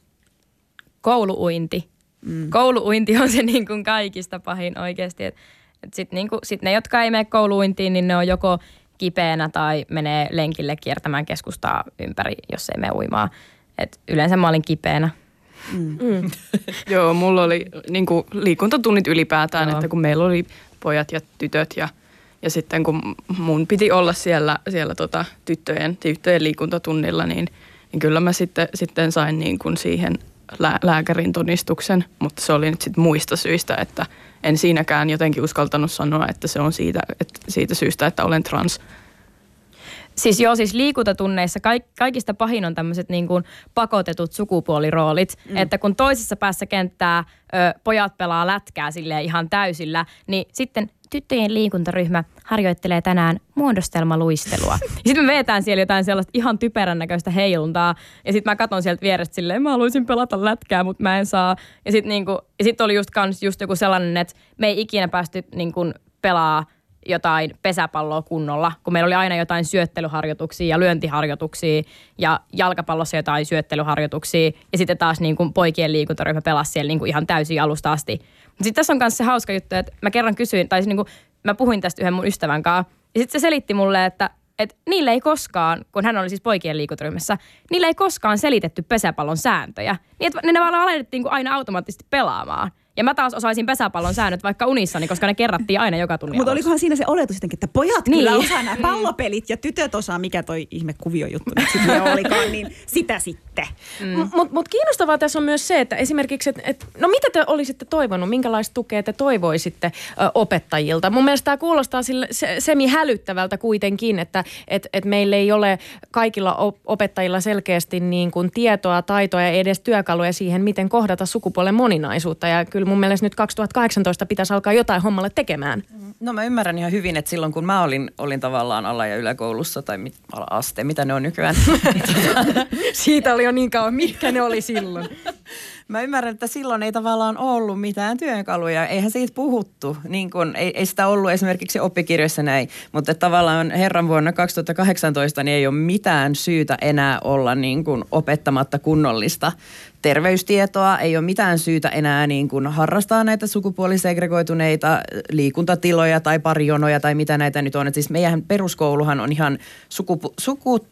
Kouluuinti. Mm. Kouluuinti on se niin kuin kaikista pahin oikeasti. Sitten niin sit ne, jotka ei mene kouluuintiin, niin ne on joko kipeänä tai menee lenkille kiertämään keskustaa ympäri, jos ei mene uimaan. Et yleensä mä olin kipeänä. Mm. Mm. Joo, mulla oli niin kuin liikuntatunnit ylipäätään, Joo. että kun meillä oli pojat ja tytöt ja, ja sitten kun mun piti olla siellä, siellä tota tyttöjen, tyttöjen liikuntatunnilla, niin, niin kyllä mä sitten, sitten sain niin kuin siihen lää, lääkärin todistuksen, mutta se oli nyt sitten muista syistä, että en siinäkään jotenkin uskaltanut sanoa, että se on siitä, että siitä syystä, että olen trans. Siis joo, siis liikuntatunneissa kaik, kaikista pahin on tämmöiset niin kuin pakotetut sukupuoliroolit, mm. että kun toisessa päässä kenttää ö, pojat pelaa lätkää silleen ihan täysillä, niin sitten tyttöjen liikuntaryhmä harjoittelee tänään muodostelmaluistelua. Sitten me vetään siellä jotain sellaista ihan typerän näköistä heiluntaa. Ja sitten mä katson sieltä vierestä silleen, mä haluaisin pelata lätkää, mutta mä en saa. Ja sitten niinku, sit oli just, kans just joku sellainen, että me ei ikinä päästy niinku pelaa jotain pesäpalloa kunnolla, kun meillä oli aina jotain syöttelyharjoituksia ja lyöntiharjoituksia ja jalkapallossa jotain syöttelyharjoituksia. Ja sitten taas niin kuin poikien liikuntaryhmä pelasi siellä niin kuin ihan täysin alusta asti. Sitten tässä on myös se hauska juttu, että mä kerran kysyin, tai niin kuin mä puhuin tästä yhden mun ystävän kanssa. Ja sitten se selitti mulle, että, että niille ei koskaan, kun hän oli siis poikien liikuntaryhmässä, niille ei koskaan selitetty pesäpallon sääntöjä. Niin että ne vaan alettiin aina automaattisesti pelaamaan. Ja mä taas osaisin pesäpallon säännöt vaikka unissani, koska ne kerrattiin aina joka tunnin Mutta alussa. olikohan siinä se oletus jotenkin, että pojat Niin. kyllä osaa nämä pallopelit ja tytöt osaa, mikä toi ihme kuviojuttu nyt sitten olikaan, niin sitä sitten. Mm. Mutta mut kiinnostavaa tässä on myös se, että esimerkiksi, että et, no mitä te olisitte toivonut, minkälaista tukea te toivoisitte ö, opettajilta? Mun mielestä tämä kuulostaa sille, se, semi-hälyttävältä kuitenkin, että et, et meillä ei ole kaikilla op- opettajilla selkeästi niin kuin tietoa, taitoa ja edes työkaluja siihen, miten kohdata sukupuolen moninaisuutta. Ja kyllä mun mielestä nyt kaksituhattakahdeksantoista pitäisi alkaa jotain hommalle tekemään. No mä ymmärrän ihan hyvin, että silloin kun mä olin, olin tavallaan ala- ja yläkoulussa tai mit, ala-aste, mitä ne on nykyään. Siitä oli jo niin kauan, mitkä ne oli silloin. Mä ymmärrän, että silloin ei tavallaan ollut mitään työkaluja. Eihän siitä puhuttu. Niin kun, ei, ei sitä ollut esimerkiksi oppikirjoissa näin. Mutta tavallaan herran vuonna kaksituhattakahdeksantoista niin ei ole mitään syytä enää olla niin kun opettamatta kunnollista terveystietoa. Ei ole mitään syytä enää niin kun harrastaa näitä sukupuolisegregoituneita liikuntatiloja tai parijonoja tai mitä näitä nyt on. Et siis meidän peruskouluhan on ihan sukupu- suku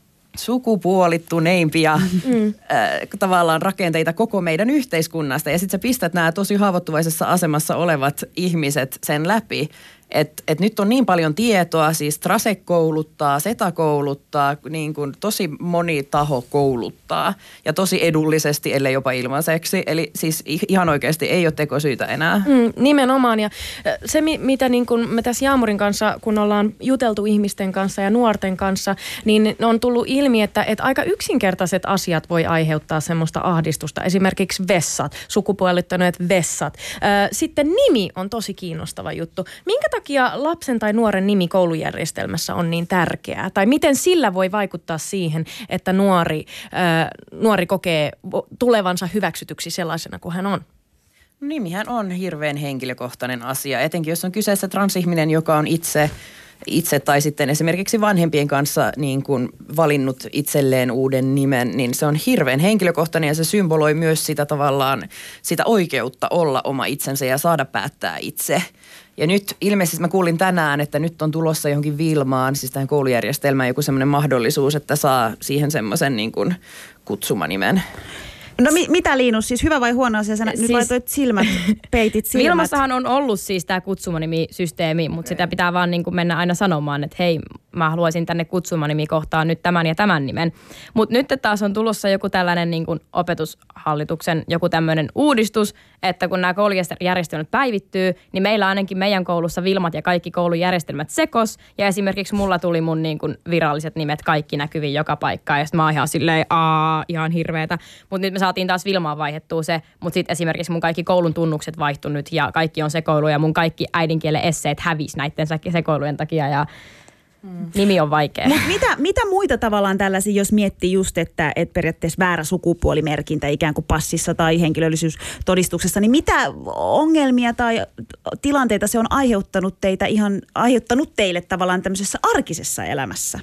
sukupuolittuneimpia mm. äh, tavallaan rakenteita koko meidän yhteiskunnasta. Ja sitten sä pistät nämä tosi haavoittuvaisessa asemassa olevat ihmiset sen läpi. Että et nyt on niin paljon tietoa, siis Trase kouluttaa, Seta kouluttaa, niin kuin tosi moni taho kouluttaa ja tosi edullisesti, ellei jopa ilmaiseksi. Eli siis ihan oikeasti ei ole tekosyytä enää. Mm, nimenomaan ja se, mitä niin kun me tässä Jaamurin kanssa, kun ollaan juteltu ihmisten kanssa ja nuorten kanssa, niin on tullut ilmi, että, että aika yksinkertaiset asiat voi aiheuttaa semmoista ahdistusta. Esimerkiksi vessat, sukupuolittuneet vessat. Sitten nimi on tosi kiinnostava juttu. Minkä takia lapsen tai nuoren nimi koulujärjestelmässä on niin tärkeää? Tai miten sillä voi vaikuttaa siihen, että nuori, ää, nuori kokee tulevansa hyväksytyksi sellaisena kuin hän on? Nimihän on hirveän henkilökohtainen asia, etenkin jos on kyseessä transihminen, joka on itse, itse tai sitten esimerkiksi vanhempien kanssa niin kuin valinnut itselleen uuden nimen, niin se on hirveän henkilökohtainen ja se symboloi myös sitä tavallaan sitä oikeutta olla oma itsensä ja saada päättää itse. Ja nyt ilmeisesti mä kuulin tänään, että nyt on tulossa johonkin Vilmaan, siis tähän koulujärjestelmään joku semmoinen mahdollisuus, että saa siihen semmoisen niin kuin kutsumanimen. No mi- mitä Liinus, siis hyvä vai huono asia? Sä siis, nyt laitoit silmät, peitit silmät. Vilmassahan on ollut siis tämä kutsumanimisysteemi, mutta sitä pitää vaan niin kuin mennä aina sanomaan, että hei, mä haluaisin tänne kutsumanimikohtaan nyt tämän ja tämän nimen. Mutta nyt taas on tulossa joku tällainen niin kuin opetushallituksen joku tämmöinen uudistus, että kun nämä koulujärjestelmät päivittyy, niin meillä ainakin meidän koulussa Vilmat ja kaikki koulujärjestelmät sekos. Ja esimerkiksi mulla tuli mun niin kuin viralliset nimet kaikki näkyviin joka paikkaan. Ja sitten mä oon ihan silleen, aa, ihan hirveetä. Mutta nyt me saatiin taas Vilmaan vaihdettua se, mutta sitten esimerkiksi mun kaikki koulun tunnukset vaihtui nyt ja kaikki on sekoilu ja mun kaikki äidinkielen esseet hävisi näiden sekoilujen takia ja mm. nimi on vaikea. Mut mitä, mitä muita tavallaan tällaisia, jos miettii just, että et periaatteessa väärä sukupuolimerkintä ikään kuin passissa tai henkilöllisyystodistuksessa, niin mitä ongelmia tai tilanteita se on aiheuttanut teitä ihan, aiheuttanut teille tavallaan tämmöisessä arkisessa elämässä?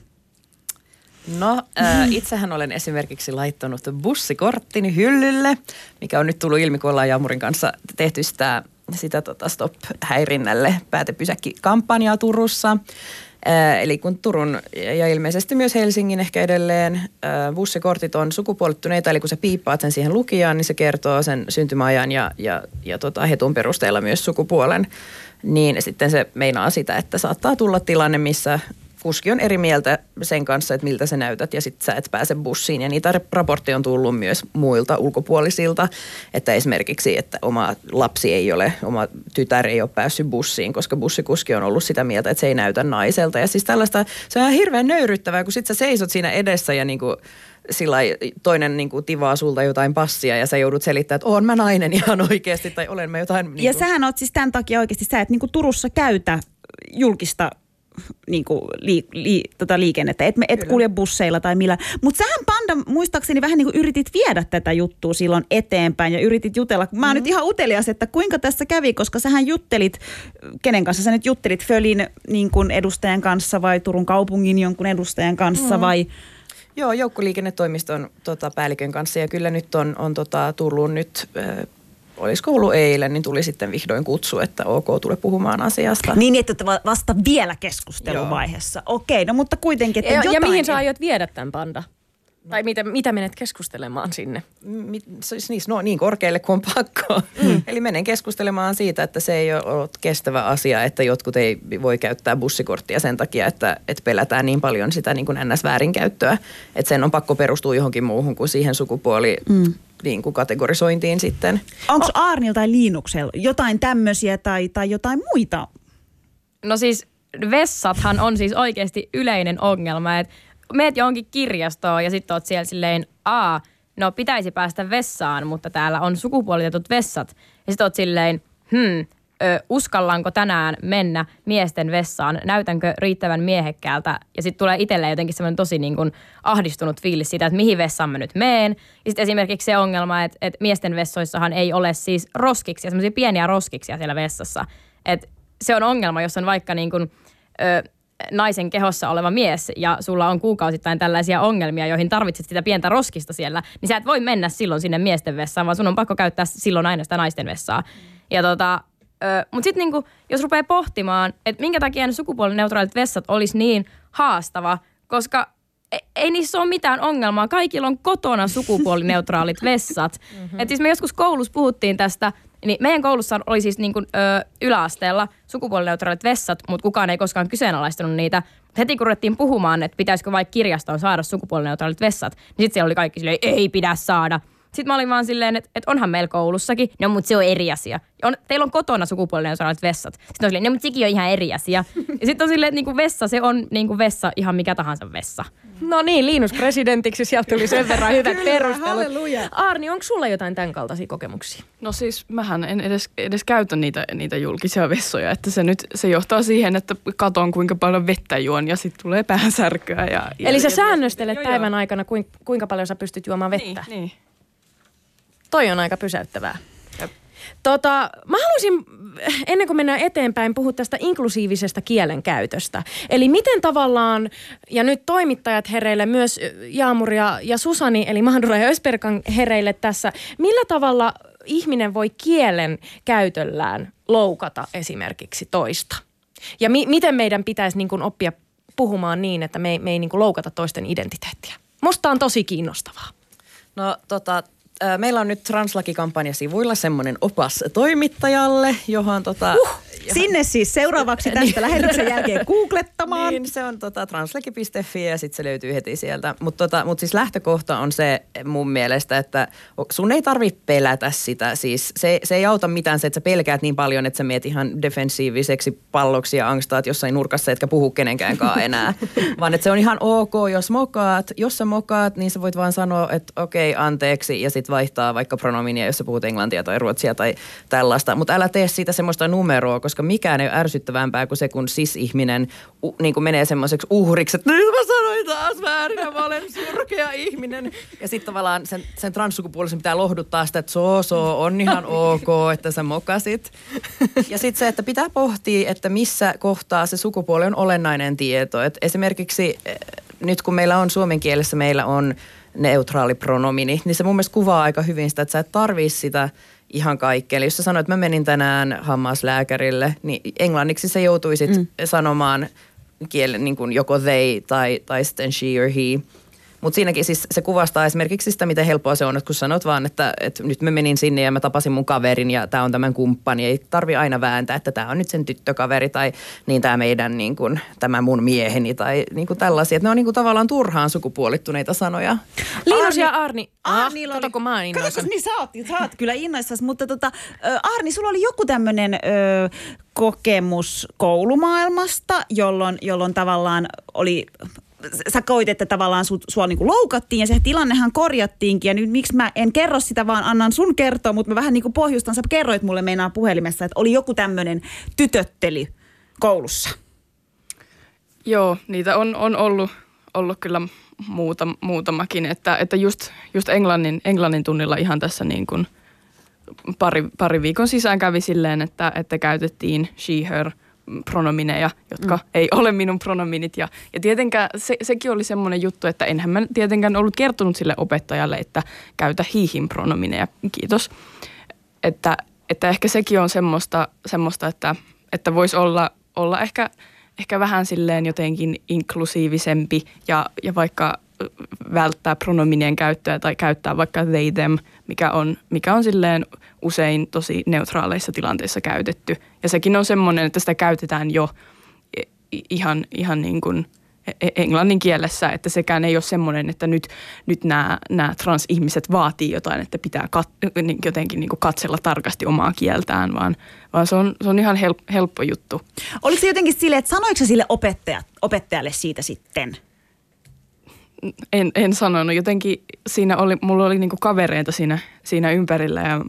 No, äh, itsehän olen esimerkiksi laittanut bussikorttini hyllylle, mikä on nyt tullut ilmi, kun ollaan Jaamurin kanssa tehty sitä, sitä tota Stop-häirinnälle päätepysäkki-kampanjaa Turussa. Äh, eli kun Turun ja ilmeisesti myös Helsingin ehkä edelleen äh, bussikortit on sukupuolittuneita, eli kun sä piippaat sen siihen lukijaan, niin se kertoo sen syntymäajan ja, ja, ja tota hetun perusteella myös sukupuolen. Niin sitten se meinaa sitä, että saattaa tulla tilanne, missä kuski on eri mieltä sen kanssa, että miltä sä näytät ja sitten sä et pääse bussiin. Ja niitä raportteja on tullut myös muilta ulkopuolisilta, että esimerkiksi, että oma lapsi ei ole, oma tytär ei ole päässyt bussiin, koska bussikuski on ollut sitä mieltä, että se ei näytä naiselta. Ja siis tällaista, se on hirveän nöyryttävää, kun sit sä seisot siinä edessä ja niinku sillai toinen niinku tivaa sulta jotain passia ja sä joudut selittämään, että oon mä nainen ihan oikeasti tai olen mä jotain. Niinku. Ja sähän oot siis tämän takia oikeasti, sä et niinku Turussa käytä julkista niin kuin li, li, tota liikennettä, et, et kulje busseilla tai millä. Mutta sähän Panda muistaakseni vähän niin kuin yritit viedä tätä juttua silloin eteenpäin ja yritit jutella. Mä oon mm. nyt ihan utelias, että kuinka tässä kävi, koska sähän juttelit, kenen kanssa sä nyt juttelit, Fölin niin kuin edustajan kanssa vai Turun kaupungin jonkun edustajan kanssa mm. vai? Joo, joukkoliikennetoimiston tota, päällikön kanssa ja kyllä nyt on, on tota, tullut nyt äh, olisiko ollut eilen, niin tuli sitten vihdoin kutsu, että ok, tule puhumaan asiasta. Niin, että vasta vielä keskusteluvaiheessa. Okei, no mutta kuitenkin, että ja, jotain. Ja mihin sä aiot viedä tämän Panda? Tai mitä, mitä menet keskustelemaan sinne? Mi, siis no, niin korkealle kuin on pakko. Mm. Eli menen keskustelemaan siitä, että se ei ole kestävä asia, että jotkut ei voi käyttää bussikorttia sen takia, että, että pelätään niin paljon sitä niin kuin N S-väärinkäyttöä. Että sen on pakko perustua johonkin muuhun kuin siihen sukupuoli... Mm. Niin kuin kategorisointiin sitten. Onko Aarnilla tai Liinuksella jotain tämmöisiä tai, tai jotain muita? No siis vessathan on siis oikeasti yleinen ongelma, että meet johonkin kirjastoon ja sitten oot siellä silleen, aa, no pitäisi päästä vessaan, mutta täällä on sukupuolitetut vessat. Ja sitten oot silleen, hmm, ö, uskallanko tänään mennä miesten vessaan, näytänkö riittävän miehekkäältä. Ja sitten tulee itselleen jotenkin semmoinen tosi niin kuin ahdistunut fiilis siitä, että mihin vessaan mä nyt meen. Ja sitten esimerkiksi se ongelma, että, että miesten vessoissahan ei ole siis roskiksia, semmoisia pieniä roskiksia siellä vessassa. Että se on ongelma, jos on vaikka niin kuin, ö, naisen kehossa oleva mies ja sulla on kuukausittain tällaisia ongelmia, joihin tarvitset sitä pientä roskista siellä, niin sä et voi mennä silloin sinne miesten vessaan, vaan sun on pakko käyttää silloin aina sitä naisten vessaa. Ja tota, mutta sitten niinku, jos rupeaa pohtimaan, että minkä takia ne sukupuolineutraalit vessat olisi niin haastava, koska ei, ei niissä ole mitään ongelmaa. Kaikilla on kotona sukupuolineutraalit vessat. Mm-hmm. Että siis me joskus koulussa puhuttiin tästä, niin meidän koulussa oli siis niin kuin, ö, yläasteella sukupuolineutraalit vessat, mutta kukaan ei koskaan kyseenalaistanut niitä. Heti kun ruvettiin puhumaan, että pitäisikö vaikka kirjastoon saada sukupuolineutraalit vessat, niin sitten siellä oli kaikki silleen, ei pidä saada. Sitten mä olin vaan silleen, että, että onhan meillä koulussakin, no mutta se on eri asia. On, teillä on kotona sukupuolineutraalit vessat. Sitten on silleen, no mutta sekin on ihan eri asia. Ja sitten on silleen, että niinku vessa, se on niinku vessa, ihan mikä tahansa vessa. No niin, Liinus presidentiksi, sieltä tuli sen verran hyvät Kyllä, perustelut. halleluja. Arni, onko sulla jotain tämän kaltaisia kokemuksia? No siis mähän en edes, edes käytä niitä, niitä julkisia vessoja, että se nyt se johtaa siihen, että katon kuinka paljon vettä juon ja sitten tulee päänsärkyä. Ja, ja, Eli sä ja, säännöstelet ja, päivän aikana, kuinka paljon sä pystyt juomaan vettä? Niin, niin. Toi on aika pysäyttävää. Tota, mä haluaisin, ennen kuin mennään eteenpäin, puhua tästä inklusiivisesta kielenkäytöstä. Eli miten tavallaan, ja nyt toimittajat hereille, myös Jaamur ja, ja Susani, eli Mahdura ja Ösberkan hereille tässä, millä tavalla ihminen voi kielen käytöllään loukata esimerkiksi toista? Ja mi- miten meidän pitäisi niin kuin oppia puhumaan niin, että me ei, me ei niin kuin loukata toisten identiteettiä? Musta on tosi kiinnostavaa. No tota... Meillä on nyt Translaki-kampanja sivuilla semmoinen opas toimittajalle, johon tota... Uh, johon... Sinne siis seuraavaksi tästä lähetyksen jälkeen googlettamaan. Niin, se on tota translaki piste fi ja sitten se löytyy heti sieltä. Mutta tota, mut siis lähtökohta on se mun mielestä, että sun ei tarvitse pelätä sitä. Siis se, se ei auta mitään se, että sä pelkäät niin paljon, että sä meet ihan defensiiviseksi palloksi ja angstaat jossain nurkassa, etkä puhu kenenkäänkaan enää. Vaan että se on ihan ok, jos mokaat. Jos sä mokaat, niin sä voit vaan sanoa, että okei, okay, anteeksi ja sitten vaihtaa vaikka pronominia, jos sä puhut englantia tai ruotsia tai tällaista. Mutta älä tee siitä semmoista numeroa, koska mikään ei ole ärsyttävämpää kuin se, kun cis-ihminen uh, niin kuin menee semmoiseksi uhriksi, että nyt mä sanoin taas väärin ja mä olen surkea ihminen. Ja sitten tavallaan sen, sen transsukupuolisen pitää lohduttaa sitä, että so, so, on ihan ok, että sä mokasit. Ja sitten se, että pitää pohtia, että missä kohtaa se sukupuoli on olennainen tieto. Et esimerkiksi nyt kun meillä on suomen kielessä, meillä on neutraali pronomini, niin se mun mielestä kuvaa aika hyvin sitä, että sä et tarvii sitä ihan kaikkea. Eli jos sä sanoit, että mä menin tänään hammaslääkärille, niin englanniksi sä joutuisit mm. sanomaan kielen niin kuin joko they tai, tai sitten she or he. Mutta siinäkin siis se kuvastaa esimerkiksi sitä, miten helppoa se on, että kun sanot vaan, että, että nyt mä menin sinne ja mä tapasin mun kaverin ja tää on tämän kumppani. Ei tarvi aina vääntää, että tää on nyt sen tyttökaveri tai niin tää meidän niin kuin, tämä mun mieheni tai niin kuin tällaisia. Että ne on niin kuin tavallaan turhaan sukupuolittuneita sanoja. Liinus ja Arni. Arni ah, kato, kun mä oon innoissani. Niin sä oot, sä oot kyllä innoissasi, mutta tota, Arni, sulla oli joku tämmönen ö, kokemus koulumaailmasta, jolloin, jolloin tavallaan oli... Sä koit, että tavallaan sut, sua niinku loukattiin ja se tilannehan korjattiinkin ja nyt miksi mä en kerro sitä, vaan annan sun kertoa, mutta mä vähän niinku pohjustan. Sä kerroit mulle meinaa puhelimessa, että oli joku tämmöinen tytöttely koulussa. Joo, niitä on, on ollut, ollut kyllä muuta, muutamakin, että, että just, just englannin, englannin tunnilla ihan tässä niin kuin pari, pari viikon sisään kävi silleen, että, että käytettiin she, her pronomineja, jotka mm. ei ole minun pronominit. Ja, ja tietenkään se, sekin oli semmoinen juttu, että enhän mä tietenkään ollut kertonut sille opettajalle, että käytä hiihin pronomineja. Kiitos. Että, että ehkä sekin on semmoista, semmoista että, että voisi olla, olla ehkä, ehkä vähän silleen jotenkin inklusiivisempi ja, ja vaikka välttää pronominien käyttöä tai käyttää vaikka they, them, mikä on, mikä on silleen usein tosi neutraaleissa tilanteissa käytetty. Ja sekin on semmoinen, että sitä käytetään jo ihan, ihan niin kuin englannin kielessä, että sekään ei ole semmoinen, että nyt, nyt nämä, nämä transihmiset vaatii jotain, että pitää kat, jotenkin niin kuin katsella tarkasti omaa kieltään, vaan, vaan se, on, se on ihan help, helppo juttu. Oliko se jotenkin silleen, että sanoiko sä sille opettaja, opettajalle siitä sitten? En, en sanonut. Jotenkin siinä oli, mulla oli niinku kavereita siinä, siinä ympärillä ja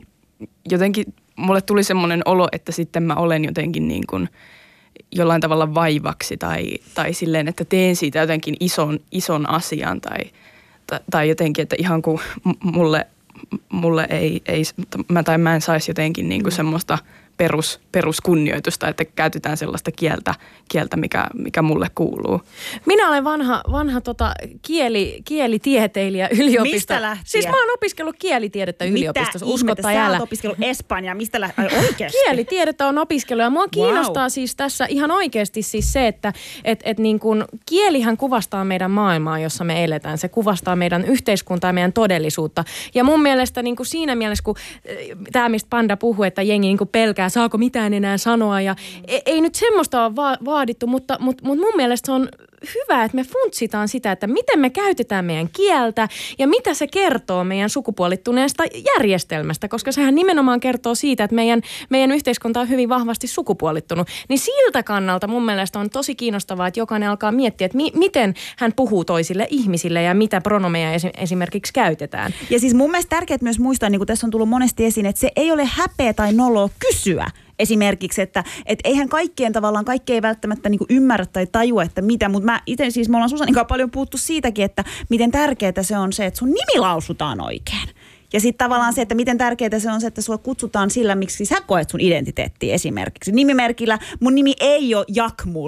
jotenkin mulle tuli semmoinen olo, että sitten mä olen jotenkin niin kuin jollain tavalla vaivaksi tai, tai silleen, että teen siitä jotenkin ison, ison asian tai, tai, tai jotenkin, että ihan kuin mulle, mulle ei, ei mä tai mä en saisi jotenkin niin kuin semmoista perus, peruskunnioitusta, että käytetään sellaista kieltä, kieltä mikä, mikä mulle kuuluu. Minä olen vanha, vanha tota, kieli, kielitieteilijä yliopistossa. Mistä lähtien? Siis mä oon opiskellut kielitiedettä yliopistossa, usko tai älä. Sä oot opiskellut Espanjaa, mistä lähtien? Ai oikeasti? Kielitiedettä on opiskellut ja mua kiinnostaa wow. siis tässä ihan oikeasti siis se, että et, et niin kun, kielihän kuvastaa meidän maailmaa, jossa me eletään. Se kuvastaa meidän yhteiskuntaa ja meidän todellisuutta. Ja mun mielestä niin kun siinä mielessä, kun tämä mistä Panda puhuu, että jengi niin kun pelkää, saako mitään enää sanoa ja ei, ei nyt semmoista ole va- vaadittu, mutta, mutta, mutta mun mielestä se on hyvä, että me funtsitaan sitä, että miten me käytetään meidän kieltä ja mitä se kertoo meidän sukupuolittuneesta järjestelmästä, koska sehän nimenomaan kertoo siitä, että meidän, meidän yhteiskunta on hyvin vahvasti sukupuolittunut. Niin siltä kannalta mun mielestä on tosi kiinnostavaa, että jokainen alkaa miettiä, että mi- miten hän puhuu toisille ihmisille ja mitä pronomeja esi- esimerkiksi käytetään. Ja siis mun mielestä tärkeää myös muistaa, niin kuin tässä on tullut monesti esiin, että se ei ole häpeä tai noloa kysyä. Esimerkiksi, että et eihän kaikkien tavallaan, kaikki ei välttämättä niinku ymmärrä tai tajua, että mitä, mutta mä itse siis, me ollaan Susanin kanssa paljon puhuttu siitäkin, että miten tärkeää se on se, että sun nimi lausutaan oikein. Ja sitten tavallaan se, että miten tärkeää se on se, että sua kutsutaan sillä, miksi sä koet sun identiteettiä esimerkiksi. Nimimerkillä mun nimi ei ole Jakmur,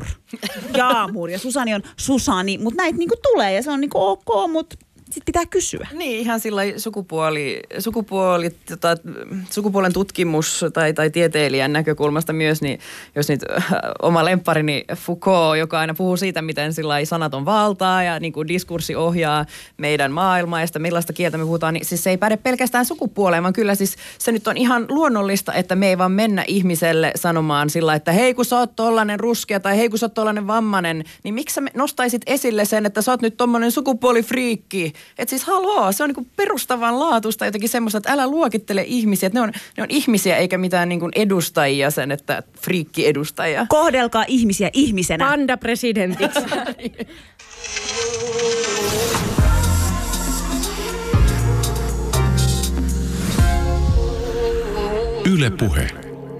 Jaamur ja Susani on Susani, mutta näitä niinku tulee ja se on niinku ok, mutta sitten pitää kysyä. Niin, ihan sillä sukupuoli, sukupuoli tota, sukupuolen tutkimus tai, tai tieteilijän näkökulmasta myös, niin jos nyt äh, oma lempparini Foucault, joka aina puhuu siitä, miten sillä sanaton valtaa ja niin kuin diskurssi ohjaa meidän maailmaa ja sitä millaista kieltä me puhutaan, niin siis se ei päde pelkästään sukupuoleen, vaan kyllä siis se nyt on ihan luonnollista, että me ei vaan mennä ihmiselle sanomaan sillä, että hei kun sä oot tollanen ruskea tai hei kun sä oot tollanen vammanen, niin miksi sä nostaisit esille sen, että sä oot nyt tommonen sukupuolifriikki. Että siis haloo, se on niinku perustavanlaatuista jotenkin semmoista, että älä luokittele ihmisiä. Että ne on, ne on ihmisiä eikä mitään niinku edustajia sen, että friikki edustajia. Kohdelkaa ihmisiä ihmisenä. Panda presidentiksi. Yle Puhe.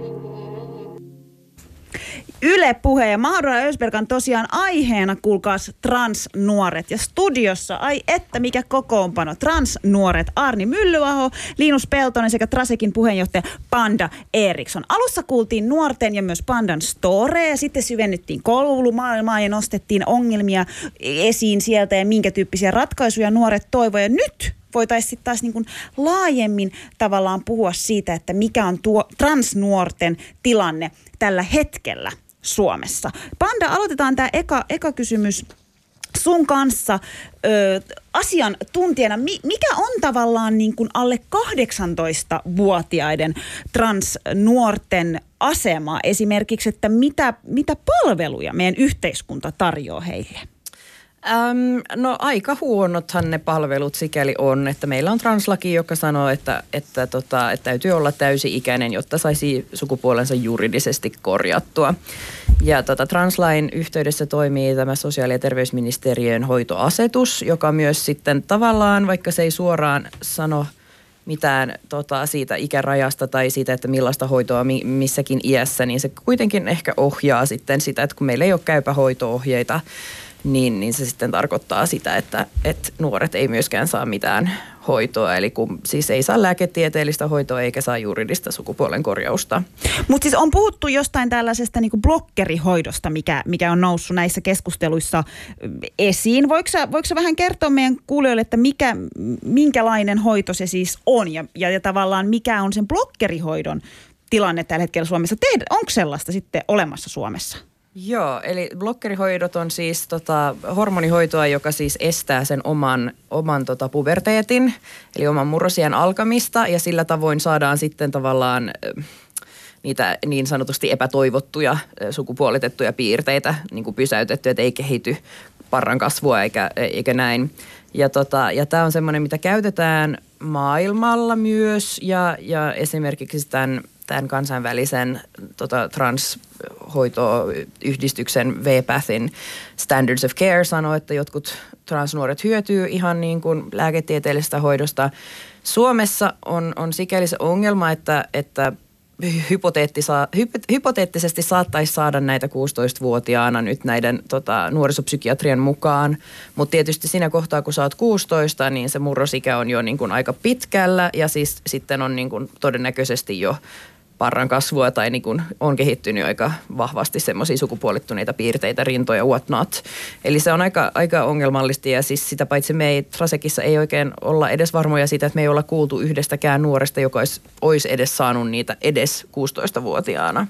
Yle Puhe ja Mahadura Ösbergan tosiaan aiheena, kuulkaas, transnuoret. Ja studiossa, ai että mikä kokoonpano, transnuoret Arni Myllyaho, Linus Peltonen sekä Trasekin puheenjohtaja Panda Eriksson. Alussa kuultiin nuorten ja myös Pandan storeja ja sitten syvennyttiin koulumaailmaa ja nostettiin ongelmia esiin sieltä ja minkä tyyppisiä ratkaisuja nuoret toivoo. Ja nyt voitaisiin sitten taas niin kuin laajemmin tavallaan puhua siitä, että mikä on tuo transnuorten tilanne tällä hetkellä Suomessa. Panda, aloitetaan tämä eka, eka kysymys sun kanssa ö, asiantuntijana. Mi, mikä on tavallaan niin kuin alle kahdeksantoistavuotiaiden transnuorten asema esimerkiksi, että mitä, mitä palveluja meidän yhteiskunta tarjoaa heille? Öm, no aika huonothan ne palvelut sikäli on, että meillä on translaki, joka sanoo, että, että, tota, että täytyy olla täysi-ikäinen, jotta saisi sukupuolensa juridisesti korjattua. Ja tota, translain yhteydessä toimii tämä sosiaali- ja terveysministeriön hoitoasetus, joka myös sitten tavallaan, vaikka se ei suoraan sano mitään tota, siitä ikärajasta tai siitä, että millaista hoitoa mi- missäkin iässä, niin se kuitenkin ehkä ohjaa sitten sitä, että kun meillä ei ole käypä hoito-ohjeita, Niin, niin se sitten tarkoittaa sitä, että, että nuoret ei myöskään saa mitään hoitoa. Eli kun siis ei saa lääketieteellistä hoitoa eikä saa juridista sukupuolen korjausta. Mutta siis on puhuttu jostain tällaisesta niinku blokkerihoidosta, mikä, mikä on noussut näissä keskusteluissa esiin. Voiko sä, voiko sä vähän kertoa meidän kuulijoille, että mikä, minkälainen hoito se siis on ja, ja, ja tavallaan mikä on sen blokkerihoidon tilanne tällä hetkellä Suomessa? Tehdä, onko sellaista sitten olemassa Suomessa? Joo, eli blokkerihoidot on siis tota, hormonihoitoa, joka siis estää sen oman, oman tota, puberteetin, eli oman murrosiän alkamista, ja sillä tavoin saadaan sitten tavallaan niitä niin sanotusti epätoivottuja sukupuolitettuja piirteitä niin kuin pysäytetty, että ei kehity parran kasvua eikä, eikä näin. Ja, tota, ja tämä on semmoinen, mitä käytetään maailmalla myös, ja, ja esimerkiksi tämän, tämän kansainvälisen tota, transhoitoyhdistyksen V P A Thin Standards of Care sanoo, että jotkut transnuoret hyötyy ihan niin kuin lääketieteellisestä hoidosta. Suomessa on, on sikäli se ongelma, että, että Hypoteettisa, hypo, hypoteettisesti saattaisi saada näitä kuusitoistavuotiaana nyt näiden tota, nuorisopsykiatrian mukaan, mutta tietysti siinä kohtaa, kun sä oot kuusitoista, niin se murrosikä on jo niin kuin aika pitkällä ja siis sitten on niin kuin todennäköisesti jo parran kasvua tai niin kuin on kehittynyt aika vahvasti semmoisia sukupuolittuneita piirteitä, rintoja, what not. Eli se on aika, aika ongelmallista ja siis sitä paitsi me ei Trasekissa ei oikein olla edes varmoja siitä, että me ei olla kuultu yhdestäkään nuoresta, joka olisi, olisi edes saanut niitä edes kuusitoistavuotiaana.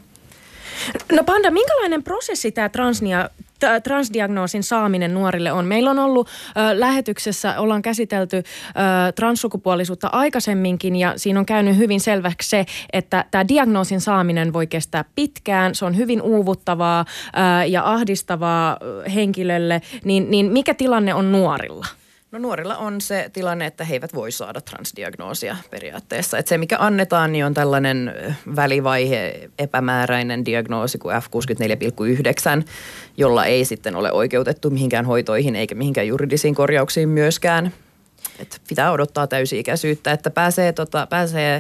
No Panda, minkälainen prosessi tämä transnia, transdiagnoosin saaminen nuorille on? Meillä on ollut ö, lähetyksessä, ollaan käsitelty ö, transsukupuolisuutta aikaisemminkin ja siinä on käynyt hyvin selväksi se, että tämä diagnoosin saaminen voi kestää pitkään, se on hyvin uuvuttavaa ö, ja ahdistavaa henkilölle, niin, niin mikä tilanne on nuorilla? No nuorilla on se tilanne, että he eivät voi saada transdiagnoosia periaatteessa. Että se, mikä annetaan, niin on tällainen välivaihe epämääräinen diagnoosi kuin F kuusikymmentäneljä pilkku yhdeksän, jolla ei sitten ole oikeutettu mihinkään hoitoihin eikä mihinkään juridisiin korjauksiin myöskään. Et pitää odottaa täysi-ikäisyyttä, että pääsee, tota, pääsee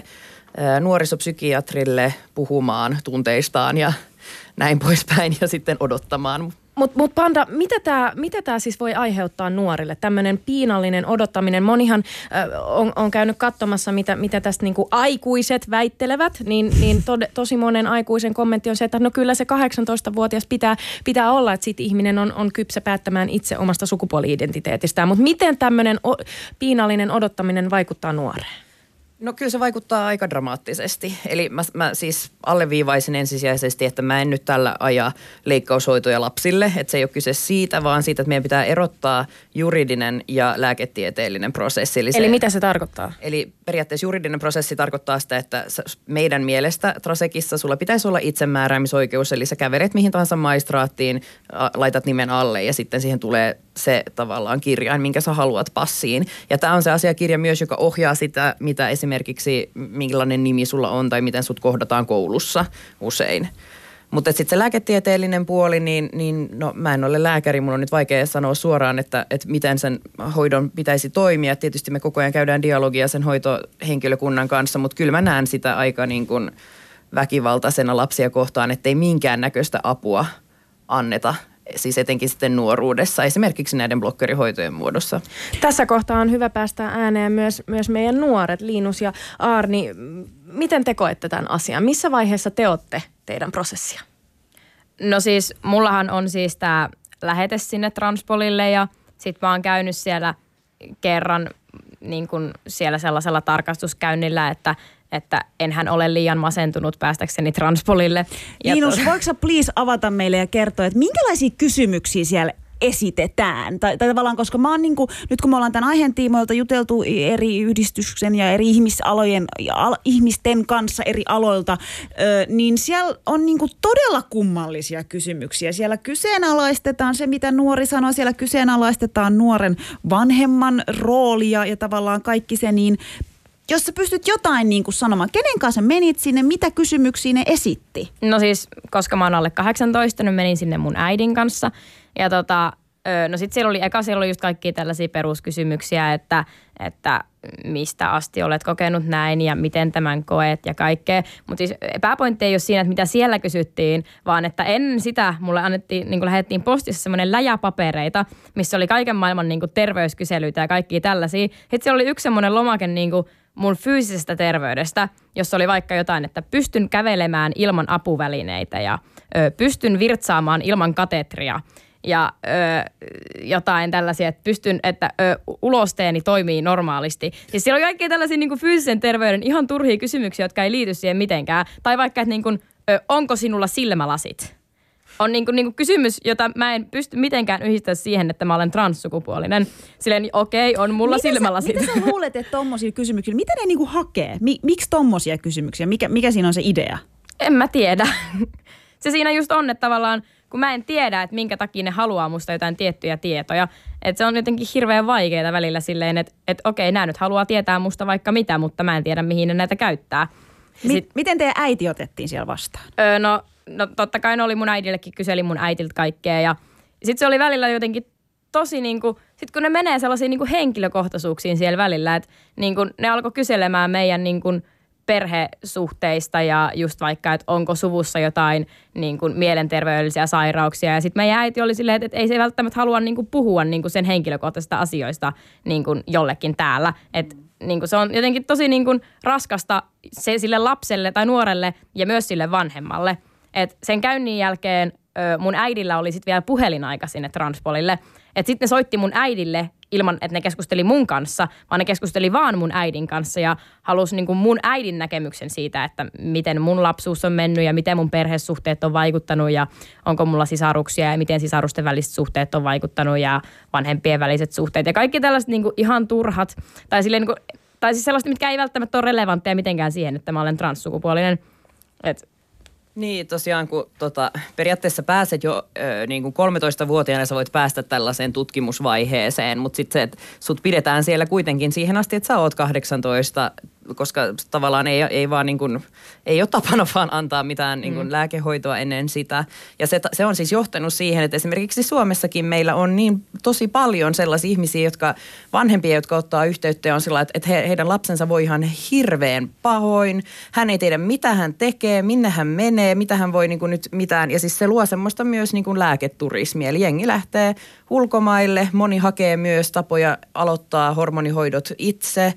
nuorisopsykiatrille puhumaan tunteistaan ja näin poispäin ja sitten odottamaan. Mutta mut Panda, mitä tämä mitä tää siis voi aiheuttaa nuorille? Tämmöinen piinallinen odottaminen. Monihan äh, on, on käynyt katsomassa, mitä, mitä tästä niinku aikuiset väittelevät, niin, niin to, tosi monen aikuisen kommentti on se, että no kyllä se kahdeksantoistavuotias pitää, pitää olla, että sit ihminen on, on kypsä päättämään itse omasta sukupuoli-identiteetistään. Mutta miten tämmöinen o, piinallinen odottaminen vaikuttaa nuoreen? No kyllä se vaikuttaa aika dramaattisesti. Eli mä, mä siis alleviivaisin ensisijaisesti, että mä en nyt tällä aja leikkaushoitoja lapsille. Että se ei ole kyse siitä, vaan siitä, että meidän pitää erottaa juridinen ja lääketieteellinen prosessi. Eli, eli se, mitä se tarkoittaa? Eli periaatteessa juridinen prosessi tarkoittaa sitä, että meidän mielestä Trasekissa sulla pitäisi olla itsemääräämisoikeus. Eli sä kävelet mihin tahansa maistraattiin, laitat nimen alle ja sitten siihen tulee se tavallaan kirjain, minkä sä haluat passiin. Ja tämä on se asiakirja myös, joka ohjaa sitä, mitä esimerkiksi minkälainen nimi sulla on tai miten sut kohdataan koulussa usein. Mutta sitten se lääketieteellinen puoli, niin, niin no, mä en ole lääkäri, mun on nyt vaikea sanoa suoraan, että, että miten sen hoidon pitäisi toimia. Tietysti me koko ajan käydään dialogia sen hoitohenkilökunnan kanssa, mutta kyllä mä näen sitä aika niin kuin väkivaltaisena lapsia kohtaan, ettei minkäännäköistä apua anneta. Siis etenkin sitten nuoruudessa, esimerkiksi näiden blokkerihoitojen muodossa. Tässä kohtaa on hyvä päästä ääneen myös, myös meidän nuoret, Linus ja Aarni. Miten te koette tämän asian? Missä vaiheessa te olette teidän prosessia? No siis, mullahan on siis tämä lähete sinne Transpolille ja sit mä oon käynyt siellä kerran niin kun siellä sellaisella tarkastuskäynnillä, että että enhän ole liian masentunut päästäkseni Transpolille. Linus, to- voiko sä please avata meille ja kertoa, että minkälaisia kysymyksiä siellä esitetään? Tai, tai tavallaan, koska mä oon niin kuin, nyt kun me ollaan tämän aiheen tiimoilta juteltu eri yhdistyksen ja eri ihmisalojen, ja al, ihmisten kanssa eri aloilta, ö, niin siellä on niin kuin todella kummallisia kysymyksiä. Siellä kyseenalaistetaan se, mitä nuori sanoo, siellä kyseenalaistetaan nuoren vanhemman roolia ja tavallaan kaikki se niin. Jos sä pystyt jotain niin kuin sanomaan, kenen kanssa menit sinne, mitä kysymyksiä ne esitti? No siis, koska mä oon alle kahdeksantoista, niin menin sinne mun äidin kanssa. Ja tota, no sit siellä oli, eka siellä oli just kaikkia tällaisia peruskysymyksiä, että, että mistä asti olet kokenut näin ja miten tämän koet ja kaikkea. Mutta siis pääpointti ei ole siinä, että mitä siellä kysyttiin, vaan että ennen sitä mulle annettiin, niin kuin lähdettiin postissa semmoinen läjä papereita, missä oli kaiken maailman niin kuin terveyskyselyitä ja kaikkia tällaisia. Sitten siellä oli yksi semmoinen lomake niin kuin mun fyysisestä terveydestä, jossa oli vaikka jotain, että pystyn kävelemään ilman apuvälineitä ja ö, pystyn virtsaamaan ilman katetria ja ö, jotain tällaisia, että pystyn, että ö, ulosteeni toimii normaalisti. Siis siellä on kaikkia tällaisia niin kuin fyysisen terveyden ihan turhia kysymyksiä, jotka ei liity siihen mitenkään. Tai vaikka, että niin kuin, ö, onko sinulla silmälasit? on niinku, niinku kysymys, jota mä en pysty mitenkään yhdistämään siihen, että mä olen transsukupuolinen. Silleen okei, okay, on mulla mitä silmälasit. Sä, mitä sä luulet, että tommosia kysymyksiä, mitä ne niinku hakee? Mi, miksi tommosia kysymyksiä? Mikä, mikä siinä on se idea? En mä tiedä. Se siinä just on, että tavallaan kun mä en tiedä, että minkä takia ne haluaa musta jotain tiettyjä tietoja. Että se on jotenkin hirveän vaikeaa välillä silleen, että, että okei, nämä nyt haluaa tietää musta vaikka mitä, mutta mä en tiedä, mihin ne näitä käyttää. Mi- sit, miten teidän äiti otettiin siellä vastaan? Öö, no, no totta kai ne oli mun äidillekin, kyseli mun äitiltä kaikkea. Ja sitten se oli välillä jotenkin tosi niinku, sit kun ne menee sellaisiin niinku henkilökohtaisuuksiin siellä välillä, että niinku ne alkoi kyselemään meidän niinku perhesuhteista ja just vaikka, että onko suvussa jotain niin kuin mielenterveydellisiä sairauksia. Ja sitten meidän äiti oli silleen, että, että ei se välttämättä halua niin kuin puhua niin kuin sen henkilökohtaisista asioista niin kuin jollekin täällä. Että niin kuin se on jotenkin tosi niin kuin raskasta se, sille lapselle tai nuorelle ja myös sille vanhemmalle. Että sen käynnin jälkeen ö, mun äidillä oli sitten vielä puhelinaika sinne transpolille. Että sitten ne soitti mun äidille ilman, että ne keskusteli mun kanssa, vaan ne keskusteli vaan mun äidin kanssa ja halusi niin kuin mun äidin näkemyksen siitä, että miten mun lapsuus on mennyt ja miten mun perhesuhteet on vaikuttanut ja onko mulla sisaruksia ja miten sisarusten väliset suhteet on vaikuttanut ja vanhempien väliset suhteet ja kaikki tällaiset niin kuin ihan turhat tai, silleen, niin kuin, tai siis sellaiset, mitkä ei välttämättä ole relevantteja mitenkään siihen, että mä olen transsukupuolinen. Et Niin, tosiaan kun tota, periaatteessa pääset jo ö, niin kuin kolmetoistavuotiaana sä voit päästä tällaiseen tutkimusvaiheeseen, mutta sitten se, että sut pidetään siellä kuitenkin siihen asti, että sä oot kahdeksantoista, koska tavallaan ei, ei vaan niin kuin, ei ole tapana vaan antaa mitään niin kuin mm. lääkehoitoa ennen sitä. Ja se, se on siis johtanut siihen, että esimerkiksi Suomessakin meillä on niin tosi paljon sellaisia ihmisiä, jotka vanhempia, jotka ottaa yhteyttä ja on sillä, että he, heidän lapsensa voi ihan hirveän pahoin. Hän ei tiedä, mitä hän tekee, minne hän menee, mitä hän voi niin kuin nyt mitään. Ja siis se luo semmoista myös niin kuin lääketurismia. Eli jengi lähtee ulkomaille, moni hakee myös tapoja aloittaa hormonihoidot itse.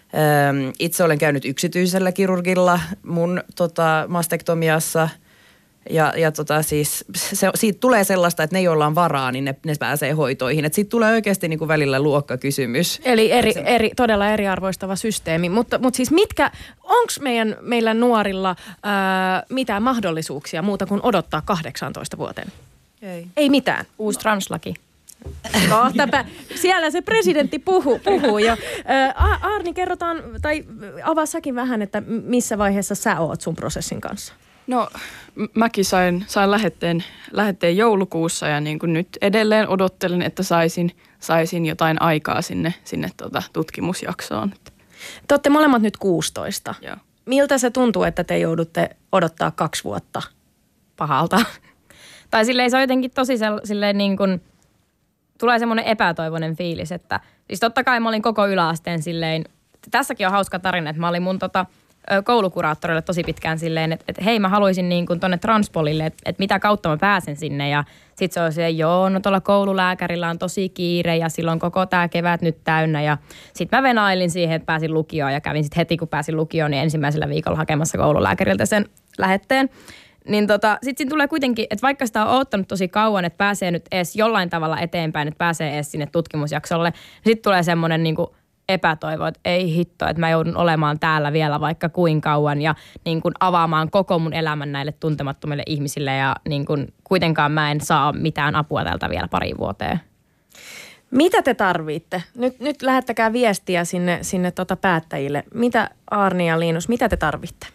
Itse olen käynyt yksityisellä kirurgilla mun tota, mastektomiassa ja, ja tota, siis se, siitä tulee sellaista, että ne, joilla on varaa, niin ne, ne pääsee hoitoihin. Et siitä tulee oikeasti niin kuin välillä luokkakysymys. Eli eri, eri, todella eriarvoistava systeemi. Mutta, mutta siis mitkä, onko meidän, meillä nuorilla ää, mitään mahdollisuuksia muuta kuin odottaa kahdeksantoista vuoteen? Ei. Ei mitään. uusi translaki. Kohtapä. Siellä se presidentti puhuu, puhuu jo. Ä, Aarni, kerrotaan, tai avaa säkin vähän, että missä vaiheessa sä oot sun prosessin kanssa? No m- mäkin sain, sain lähetteen, lähetteen joulukuussa ja niin kuin nyt edelleen odottelen, että saisin, saisin jotain aikaa sinne, sinne tota tutkimusjaksoon. Te olette molemmat nyt kuusitoista. Joo. Miltä se tuntuu, että te joudutte odottaa kaksi vuotta? Pahalta. Tai silleen se on jotenkin tosi silleen niin kuin tulee semmoinen epätoivoinen fiilis, että siis totta kai mä olin koko yläasteen silleen, tässäkin on hauska tarina, että mä olin mun tota, koulukuraattorille tosi pitkään silleen, että, että hei mä haluaisin niin kuin tonne transpolille, että, että mitä kautta mä pääsen sinne ja sit se on se, joo no tuolla koululääkärillä on tosi kiire ja silloin koko tää kevät nyt täynnä ja sit mä venailin siihen, että pääsin lukioon ja kävin sit heti kun pääsin lukioon, niin ensimmäisellä viikolla hakemassa koululääkäriltä sen lähetteen. Niin tota, sit siinä tulee kuitenkin, että vaikka sitä on odottanut tosi kauan, että pääsee nyt edes jollain tavalla eteenpäin, että pääsee edes sinne tutkimusjaksolle, niin sitten tulee semmoinen niinku epätoivo, että ei hitto, että mä joudun olemaan täällä vielä vaikka kuinka kauan ja niin kuin avaamaan koko mun elämän näille tuntemattomille ihmisille ja niin kuin kuitenkaan mä en saa mitään apua tältä vielä pari vuoteen. Mitä te tarvitte? Nyt, nyt lähettäkää viestiä sinne, sinne tota päättäjille. Mitä Aarni ja Liinus, mitä te tarvitte?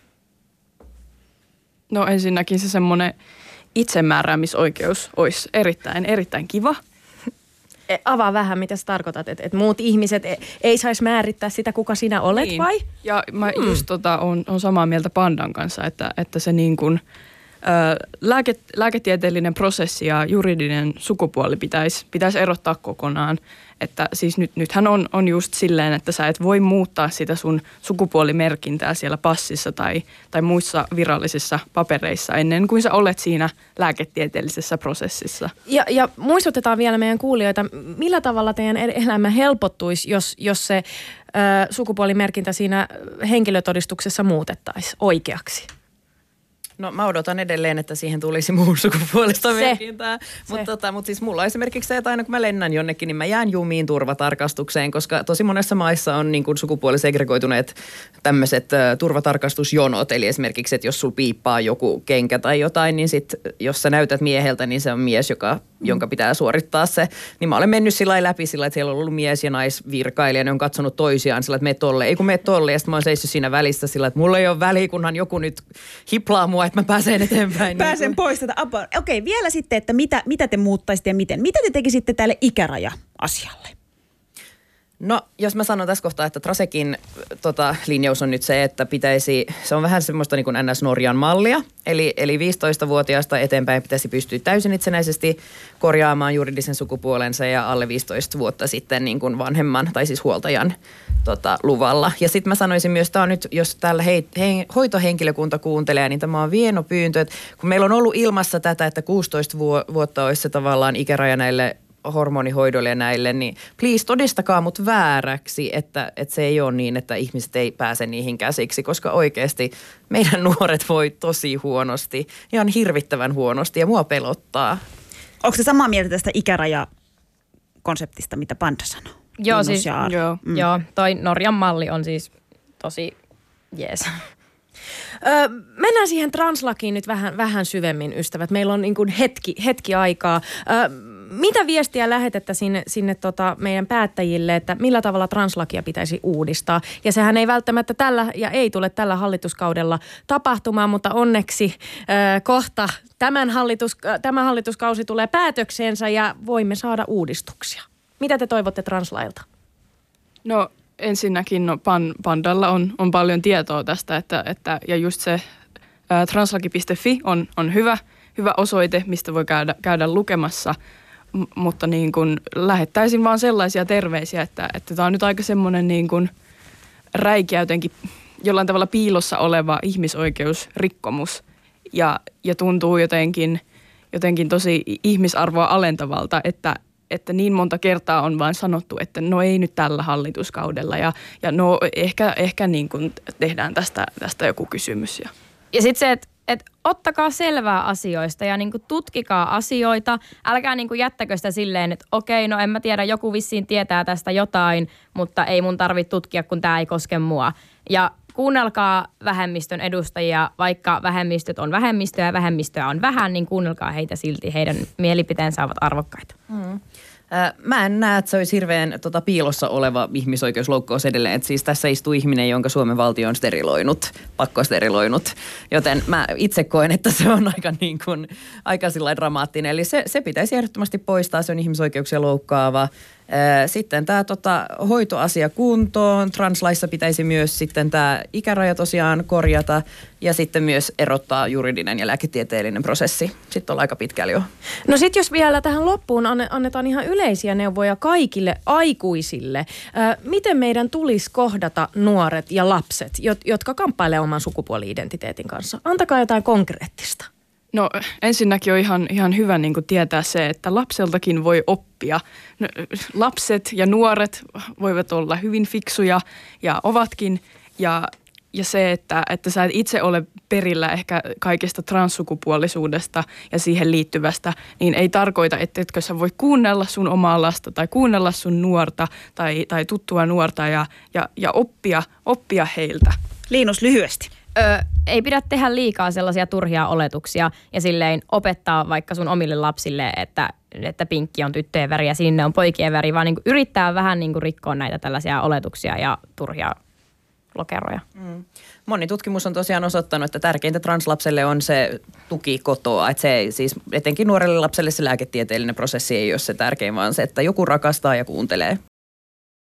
No ensinnäkin se semmoinen itsemääräämisoikeus olisi erittäin, erittäin kiva. Avaa vähän, mitä sä tarkoitat, että et muut ihmiset ei, ei saisi määrittää sitä, kuka sinä olet, niin. Vai? Ja mä hmm. just tota, on, on samaa mieltä Pandan kanssa, että, että se niin kuin, ä, lääke, lääketieteellinen prosessi ja juridinen sukupuoli pitäisi, pitäisi erottaa kokonaan. Että siis nyt, nythän on, on just silleen, että sä et voi muuttaa sitä sun sukupuolimerkintää siellä passissa tai, tai muissa virallisissa papereissa ennen kuin sä olet siinä lääketieteellisessä prosessissa. Ja, ja muistutetaan vielä meidän kuulijoita, millä tavalla teidän elämä helpottuisi, jos, jos se ö, sukupuolimerkintä siinä henkilötodistuksessa muutettaisiin oikeaksi? No mä odotan edelleen, että siihen tulisi muun sukupuolista Se. merkintää. Mutta tota, mut siis mulla on esimerkiksi se, että aina kun mä lennän jonnekin, niin mä jään jumiin turvatarkastukseen, koska tosi monessa maissa on niin kuin sukupuolisegregoituneet tämmöiset uh, turvatarkastusjonot. Eli esimerkiksi, että jos sul piippaa joku kenkä tai jotain, niin sit jos sä näytät mieheltä, niin se on mies, joka, jonka pitää suorittaa se. Niin mä olen mennyt sillä lailla läpi sillä, että siellä on ollut mies ja naisvirkailija, ne on katsonut toisiaan sillä, että me tolle, ei kun me tolle. Ja sitten mä oon seissyt siinä välissä sillä, että mulla ei ole väliä, kunhan joku nyt hiplaa mua, että mä pääsen eteenpäin. Pääsen niin pois tätä apua. Okei, vielä sitten, että mitä, mitä te muuttaisitte ja miten? Mitä te tekisitte tälle ikäraja-asialle? No, jos mä sanon tässä kohtaa, että Trasekin tota, linjaus on nyt se, että pitäisi, se on vähän semmoista niin kuin N S-Norjan mallia, eli, eli viisitoistavuotiaasta eteenpäin pitäisi pystyä täysin itsenäisesti korjaamaan juridisen sukupuolensa ja alle viisitoista vuotta sitten niin kuin vanhemman tai siis huoltajan tota, luvalla. Ja sitten mä sanoisin myös, tämä on nyt, jos täällä hei, hei, hoitohenkilökunta kuuntelee, niin tämä on vieno pyyntö, että kun meillä on ollut ilmassa tätä, että kuusitoista vuotta olisi se tavallaan ikäraja näille hormonihoidolle ja näille, niin please todistakaa mut vääräksi, että, että se ei ole niin, että ihmiset ei pääse niihin käsiksi, koska oikeasti meidän nuoret voi tosi huonosti, ihan hirvittävän huonosti ja mua pelottaa. Onko se samaa mieltä tästä ikäraja-konseptista, mitä Panda sanoo? Joo, Linus siis, ja Aaro. joo. Mm. joo, toi Norjan malli on siis tosi jees. Öö, mennään siihen translakiin nyt vähän, vähän syvemmin, ystävät. Meillä on niin kuin hetki, hetki aikaa. Öö, mitä viestiä lähetettä sinne, sinne tota meidän päättäjille, että millä tavalla translakia pitäisi uudistaa? Ja sehän ei välttämättä tällä ja ei tule tällä hallituskaudella tapahtumaan, mutta onneksi öö, kohta tämän, hallitus, tämä hallituskausi tulee päätökseensä ja voimme saada uudistuksia. Mitä te toivotte translailta? No ensinnäkin no, pan, Pandalla on, on paljon tietoa tästä, että, että, ja just se ää, translaki piste fi on, on hyvä, hyvä osoite, mistä voi käydä, käydä lukemassa, M- mutta niin kun lähettäisin vaan sellaisia terveisiä, että, että tämä on nyt aika semmoinen niin kun räikeä jotenkin jollain tavalla piilossa oleva ihmisoikeusrikkomus ja, ja tuntuu jotenkin, jotenkin tosi ihmisarvoa alentavalta, että että niin monta kertaa on vain sanottu, että no ei nyt tällä hallituskaudella ja, ja no ehkä, ehkä niin kuin tehdään tästä, tästä joku kysymys. Ja, Ja sitten se, että et ottakaa selvää asioista ja niinku tutkikaa asioita. Älkää niinku jättäkö sitä silleen, että okei, no en mä tiedä, joku vissiin tietää tästä jotain, mutta ei mun tarvitse tutkia, kun tämä ei koske mua. Ja kuunnelkaa vähemmistön edustajia, vaikka vähemmistöt on vähemmistöä ja vähemmistöä on vähän, niin kuunnelkaa heitä silti. Heidän mielipiteensä ovat arvokkaita. Mm. Mä en näe, että se olisi hirveän tota, piilossa oleva ihmisoikeusloukkaus edelleen. Et siis tässä istuu ihminen, jonka Suomen valtio on steriloinut, pakkosteriloinut. Joten mä itse koen, että se on aika, niin kuin, aika sillä dramaattinen. Eli se, se pitäisi ehdottomasti poistaa, se on ihmisoikeuksia loukkaava. Sitten tämä tota, hoitoasia kuntoon. Translaissa pitäisi myös sitten tämä ikäraja tosiaan korjata ja sitten myös erottaa juridinen ja lääketieteellinen prosessi. Sitten ollaan aika pitkällä jo. No sitten jos vielä tähän loppuun annetaan ihan yleisiä neuvoja kaikille aikuisille. Ää, miten meidän tulisi kohdata nuoret ja lapset, jotka kamppailevat oman sukupuoli-identiteetin kanssa? Antakaa jotain konkreettista. no ensinnäkin on ihan, ihan hyvä niin kuin tietää se, että lapseltakin voi oppia. No, lapset ja nuoret voivat olla hyvin fiksuja ja ovatkin ja Ja se, että, että sä et itse ole perillä ehkä kaikesta transsukupuolisuudesta ja siihen liittyvästä, niin ei tarkoita, että etkö sä voi kuunnella sun omaa lasta tai kuunnella sun nuorta tai, tai tuttua nuorta ja, ja, ja oppia, oppia heiltä. Linus, lyhyesti. Ö, ei pidä tehdä liikaa sellaisia turhia oletuksia ja silleen opettaa vaikka sun omille lapsille, että, että pinkki on tyttöjen väri ja sinne on poikien väri, vaan niin kuin yrittää vähän niin kuin rikkoa näitä tällaisia oletuksia ja turhia lokeroja. Mm. Moni tutkimus on tosiaan osoittanut, että tärkeintä translapselle on se tuki kotoa. Että se, siis etenkin nuorelle lapselle se lääketieteellinen prosessi ei ole se tärkein, vaan se, että joku rakastaa ja kuuntelee.